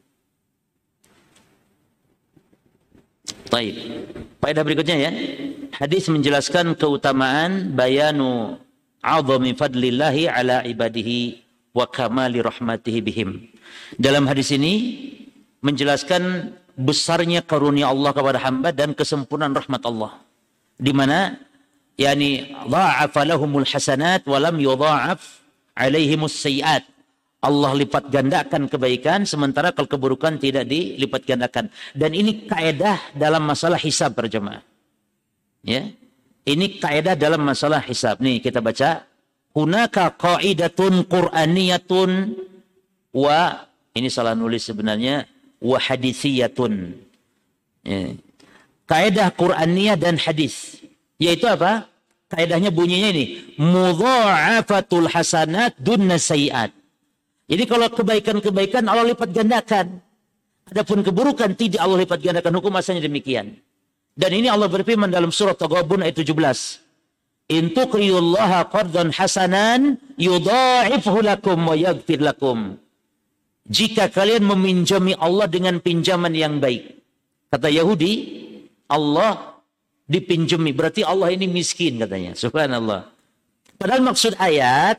Speaker 1: Baik. Faedah berikutnya ya. Hadis menjelaskan keutamaan bayanu 'azami fadlillahi ala ibadihi wa kamali rahmatihi bihim. Dalam hadis ini menjelaskan besarnya karunia Allah kepada hamba dan kesempurnaan rahmat Allah. Di mana yakni dha'afa lahumul hasanat wa lam yudha'af 'alaihimus sayyi'at. Allah lipat gandakan kebaikan sementara kalau keburukan tidak dilipat gandakan. Dan ini kaidah dalam masalah hisab berjemaah. Ya. Ini kaidah dalam masalah hisab. Nih kita baca. Hunaka qaidatun qur'aniyatun wa ini salah nulis sebenarnya wa hadisiyatun. Ya. Kaidah Qur'aniyah dan hadis. Yaitu apa? Kaidahnya bunyinya ini, mudha'afatul hasanat dunna sayyi'at. Jadi kalau kebaikan-kebaikan Allah lipat gandakan. Adapun keburukan tidak Allah lipat gandakan, hukum asalnya demikian. Dan ini Allah berfirman dalam surat Taghabun ayat 17. In tuqridullaha qardan hasanan yudha'ifhu lakum wa yaghfir lakum. Jika kalian meminjami Allah dengan pinjaman yang baik. Kata Yahudi, Allah dipinjami, berarti Allah ini miskin katanya. Subhanallah. Padahal maksud ayat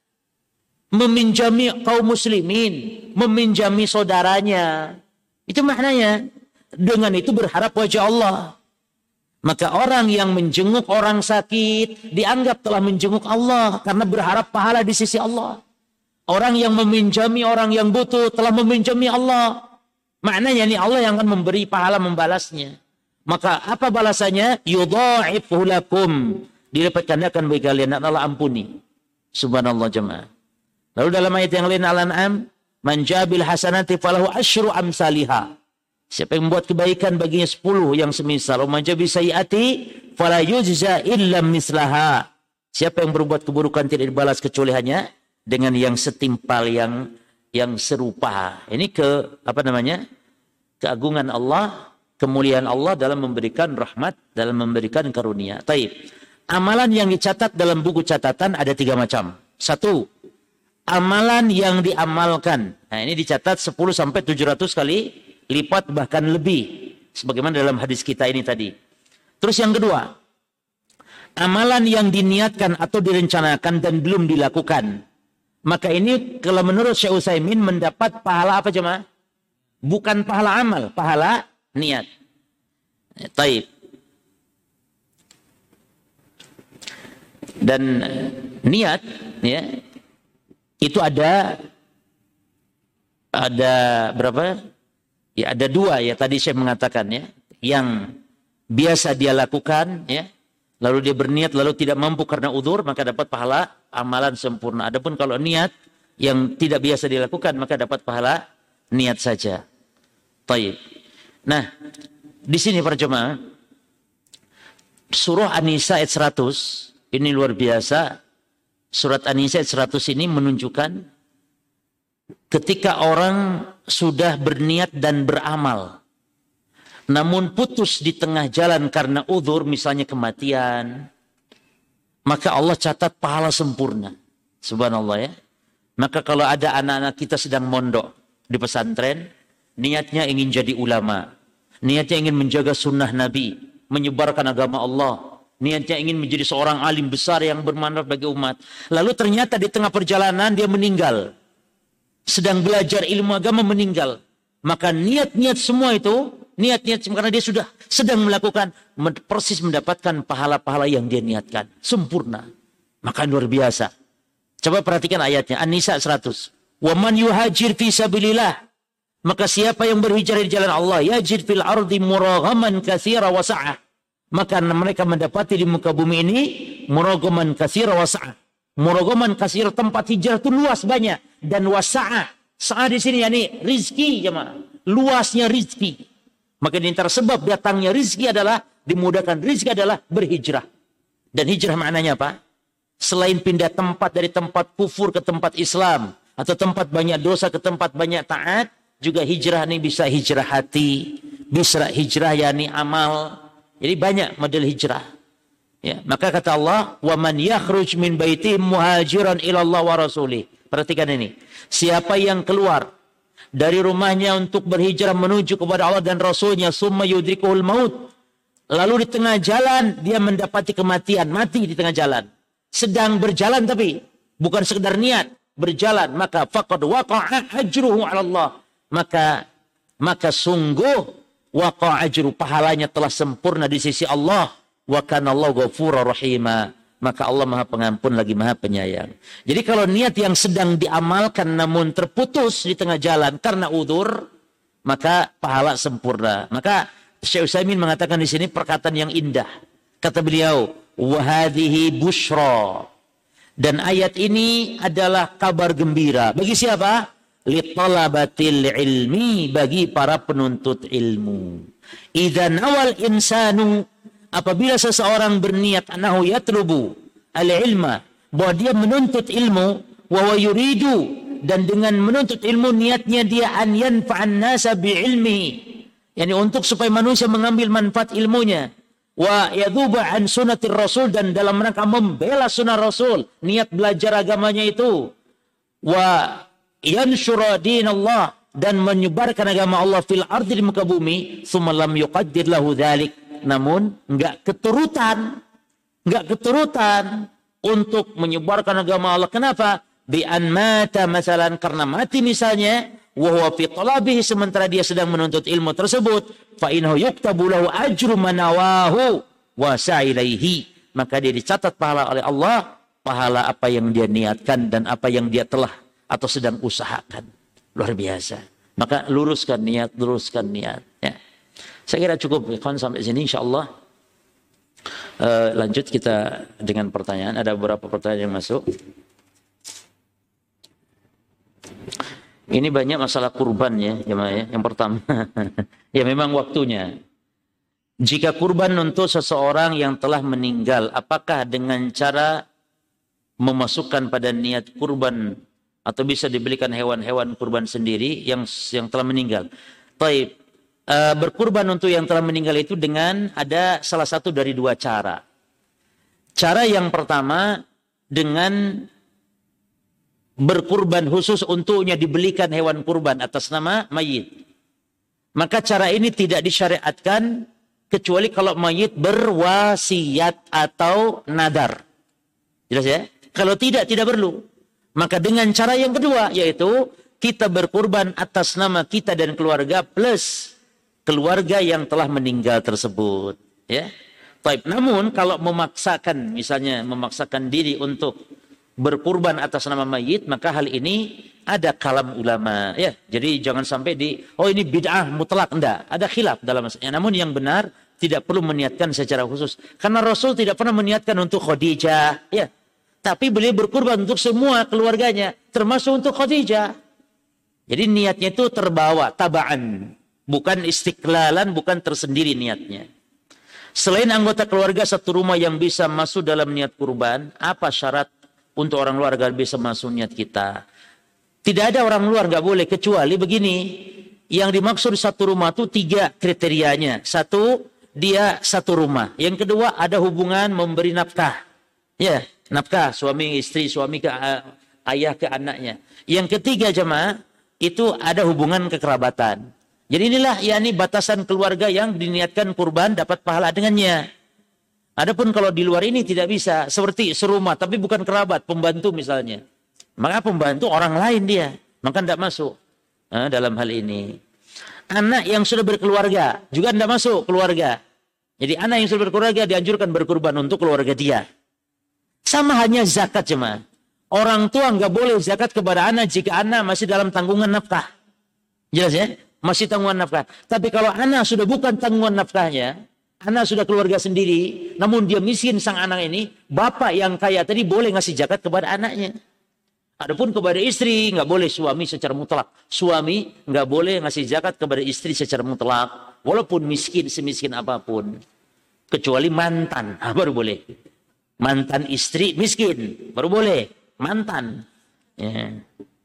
Speaker 1: meminjami kaum muslimin, meminjami saudaranya. Itu maknanya. Dengan itu berharap wajah Allah. Maka orang yang menjenguk orang sakit dianggap telah menjenguk Allah karena berharap pahala di sisi Allah. Orang yang meminjami orang yang butuh telah meminjami Allah. Maknanya ini Allah yang akan memberi pahala membalasnya. Maka apa balasannya? Yudha'ifhu lakum. Dilipat gandakan bagi kalian, Allah ampuni. Subhanallah jemaah. Lalu dalam ayat yang lain Al-An'am, man jabil hasanati falahu asyru amsalihha. Siapa yang membuat kebaikan baginya 10 yang semisal. Wa man jabil sayyiati fala yujza illa mislaha. Siapa yang berbuat keburukan tidak dibalas kecuali hanya dengan yang setimpal, yang serupa. Ini keagungan Allah, kemuliaan Allah dalam memberikan rahmat, dalam memberikan karunia. Taib. Amalan yang dicatat dalam buku catatan ada 3 macam. 1. Amalan yang diamalkan. Nah, ini dicatat 10 sampai 700 kali lipat bahkan lebih. Sebagaimana dalam hadis kita ini tadi. Terus yang kedua, amalan yang diniatkan atau direncanakan dan belum dilakukan. Maka ini kalau menurut Syekh Utsaimin mendapat pahala apa jemaah? Bukan pahala amal, pahala niat. Taib. Dan niat ya itu ada berapa? Ya ada 2 ya tadi saya mengatakan ya, yang biasa dia lakukan ya, lalu dia berniat lalu tidak mampu karena udzur maka dapat pahala amalan sempurna. Adapun kalau niat yang tidak biasa dilakukan maka dapat pahala niat saja. Baik. Nah, di sini para jemaah surah An-Nisa ayat 100 ini luar biasa. Surat An-Nisa ayat 100 ini menunjukkan ketika orang sudah berniat dan beramal, namun putus di tengah jalan karena uzur, misalnya kematian, maka Allah catat pahala sempurna. Subhanallah ya. Maka kalau ada anak-anak kita sedang mondok di pesantren, niatnya ingin jadi ulama, niatnya ingin menjaga sunnah Nabi, menyebarkan agama Allah, niatnya ingin menjadi seorang alim besar yang bermanfaat bagi umat. Lalu ternyata di tengah perjalanan dia meninggal. Sedang belajar ilmu agama meninggal. Maka niat-niat semua itu, niat-niat karena dia sudah sedang melakukan, persis mendapatkan pahala-pahala yang dia niatkan. Sempurna. Maka luar biasa. Coba perhatikan ayatnya. An-Nisa 100. Wa man yuhajir fi sabilillah. Maka siapa yang berhijrah di jalan Allah, yajid fil ardi muraghaman katsira wa sa'ah. Maka mereka mendapati di muka bumi ini muraghaman katsira wa sa'ah. Muraghaman katsira, tempat hijrah itu luas banyak, dan wasa'ah. Sa'ah di sini yakni rizki, jemaah. Luasnya rizki. Maka di antara sebab datangnya rizki adalah, dimudahkan rizki adalah berhijrah. Dan hijrah maknanya apa? Selain pindah tempat dari tempat kufur ke tempat Islam, atau tempat banyak dosa ke tempat banyak taat, juga hijrah ini bisa hijrah hati, bisa hijrah yakni amal. Jadi banyak model hijrah. Ya, maka kata Allah, "Wa man yakhruj min baitihi muhajiran ila Allah wa rasulih." Perhatikan ini. Siapa yang keluar dari rumahnya untuk berhijrah menuju kepada Allah dan Rasulnya, summa yudrikuhul maut. Lalu di tengah jalan dia mendapati kematian, mati di tengah jalan. Sedang berjalan tapi bukan sekedar niat, berjalan, maka faqad waqa'a ajruhu 'ala Allah. Maka sungguh waqa ajru, pahalanya telah sempurna di sisi Allah. Wa kana Allahu ghafurur rahima. Maka Allah Maha Pengampun lagi Maha Penyayang. Jadi kalau niat yang sedang diamalkan namun terputus di tengah jalan karena udzur, maka pahala sempurna. Maka Syekh Utsaimin mengatakan di sini perkataan yang indah. Kata beliau, wa hadhihi busyra. Dan ayat ini adalah kabar gembira bagi siapa? Li talabatil ilmi, bagi para penuntut ilmu. Idzan awal insanu, apabila seseorang berniat anahu yatlubu al-ilma, bahwa dia menuntut ilmu, wa yuridu, dan dengan menuntut ilmu niatnya dia an yanfa'an nasa bi ilmi, yakni untuk supaya manusia mengambil manfaat ilmunya, wa yadhuba an sunnatir rasul, dan dalam rangka membela sunnah rasul, niat belajar agamanya itu, wa yansyura dinallah, dan menyebarkan agama Allah fil ardi, di muka bumi, tsumma lam yuqaddir lahu dzalik, namun enggak keturutan untuk menyebarkan agama Allah. Kenapa? Bi an mata, masalan karena mati misalnya, wa huwa fi talabihi, sementara dia sedang menuntut ilmu tersebut, fa innahu yuktabu lahu ajru manawahu wa sa'ilaihi, maka dia dicatat pahala oleh Allah, pahala apa yang dia niatkan dan apa yang dia telah atau sedang usahakan. Luar biasa. Maka luruskan niat ya. Saya kira cukup ikhwan sampai sini, insyaallah. Lanjut kita dengan pertanyaan. Ada beberapa pertanyaan yang masuk. Ini banyak masalah kurban ya, jemaah ya. Yang pertama, ya memang waktunya. Jika kurban untuk seseorang yang telah meninggal, apakah dengan cara memasukkan pada niat kurban, atau bisa dibelikan hewan-hewan kurban sendiri yang telah meninggal? Taib. Berkurban untuk yang telah meninggal itu dengan ada salah satu dari dua cara. Cara yang pertama dengan berkurban khusus untuknya, dibelikan hewan kurban atas nama mayit. Maka cara ini tidak disyariatkan kecuali kalau mayit berwasiat atau nadar. Jelas ya? Kalau tidak perlu. Maka dengan cara yang kedua, yaitu kita berkurban atas nama kita dan keluarga plus keluarga yang telah meninggal tersebut, ya. Baik. Namun kalau memaksakan, misalnya memaksakan diri untuk berkurban atas nama mayit, maka hal ini ada kalam ulama, ya. Jadi jangan sampai ini bid'ah mutlak, enggak. Ada khilaf dalam masalahnya. Namun yang benar tidak perlu meniatkan secara khusus, karena Rasul tidak pernah meniatkan untuk Khadijah, ya. Tapi beliau berkurban untuk semua keluarganya, termasuk untuk Khadijah. Jadi niatnya itu terbawa, tabaan. Bukan istiqlalan, bukan tersendiri niatnya. Selain anggota keluarga satu rumah yang bisa masuk dalam niat kurban, apa syarat untuk orang luar agar bisa masuk niat kita? Tidak ada orang luar nggak boleh, kecuali begini. Yang dimaksud satu rumah itu 3 kriterianya. Satu, dia satu rumah. Yang kedua, ada hubungan memberi nafkah. Ya, nafkah suami istri, suami ke ayah ke anaknya. Yang ketiga jemaah, itu ada hubungan kekerabatan. Jadi inilah yakni batasan keluarga yang diniatkan kurban dapat pahala dengannya. Adapun kalau di luar ini tidak bisa, seperti serumah tapi bukan kerabat, pembantu misalnya. Maka pembantu orang lain dia, maka tidak masuk dalam hal ini. Anak yang sudah berkeluarga juga tidak masuk keluarga. Jadi anak yang sudah berkeluarga dianjurkan berkurban untuk keluarga dia. Sama hanya zakat jemaah. Orang tua nggak boleh zakat kepada anak jika anak masih dalam tanggungan nafkah. Jelas ya? Masih tanggungan nafkah. Tapi kalau anak sudah bukan tanggungan nafkahnya, anak sudah keluarga sendiri, namun dia miskin sang anak ini, bapak yang kaya tadi boleh ngasih zakat kepada anaknya. Adapun kepada istri, nggak boleh suami secara mutlak. Suami nggak boleh ngasih zakat kepada istri secara mutlak. Walaupun miskin, semiskin apapun. Kecuali mantan, baru boleh. Mantan istri miskin, baru boleh. Mantan. Ya.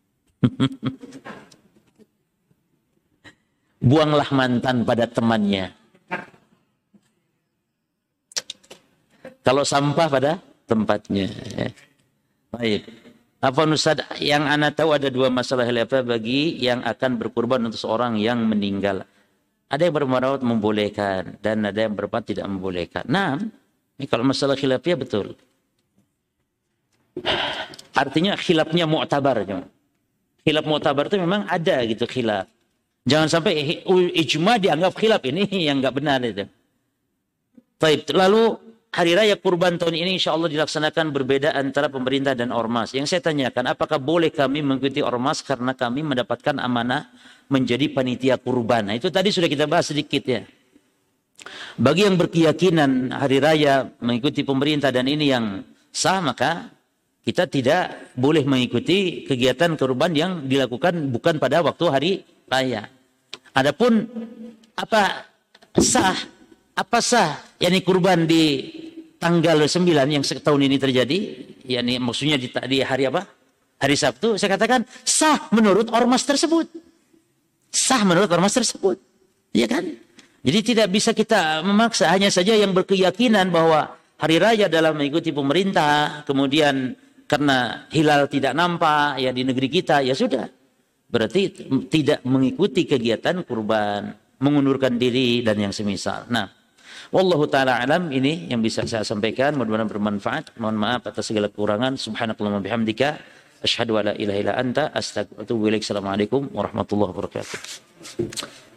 Speaker 1: Buanglah mantan pada temannya. Kalau sampah pada tempatnya. Baik. Apa Ustaz, yang ana tahu ada 2 masalah khilafah bagi yang akan berkurban untuk seorang yang meninggal. Ada yang berpendapat membolehkan dan ada yang berpendapat tidak membolehkan. Nah, ini kalau masalah khilafiyah betul. Artinya khilafnya mu'tabar. Khilaf mu'tabar itu memang ada gitu khilaf. Jangan sampai ijma dianggap khilaf, ini yang enggak benar itu. Baik, lalu hari raya kurban tahun ini insya Allah dilaksanakan berbeda antara pemerintah dan ormas. Yang saya tanyakan, apakah boleh kami mengikuti ormas karena kami mendapatkan amanah menjadi panitia kurban? Nah, itu tadi sudah kita bahas sedikit ya. Bagi yang berkeyakinan hari raya mengikuti pemerintah dan ini yang sah, maka kita tidak boleh mengikuti kegiatan kurban yang dilakukan bukan pada waktu hari raya. Adapun apa sah yakni kurban di tanggal 9 yang setahun ini terjadi, yakni maksudnya di hari apa? Hari Sabtu, saya katakan sah menurut ormas tersebut. Sah menurut ormas tersebut. Iya kan? Jadi tidak bisa kita memaksa, hanya saja yang berkeyakinan bahwa hari raya dalam mengikuti pemerintah, kemudian karena hilal tidak nampak ya di negeri kita, ya sudah. Berarti tidak mengikuti kegiatan kurban, mengundurkan diri dan yang semisal. Nah, wallahu ta'ala alam, ini yang bisa saya sampaikan, mudah-mudahan bermanfaat. Mohon maaf atas segala kekurangan. Subhanakallahumma bihamdika asyhadu an la ilaha illa anta astaghfiruka wa atubu ilaik. Assalamualaikum warahmatullahi wabarakatuh.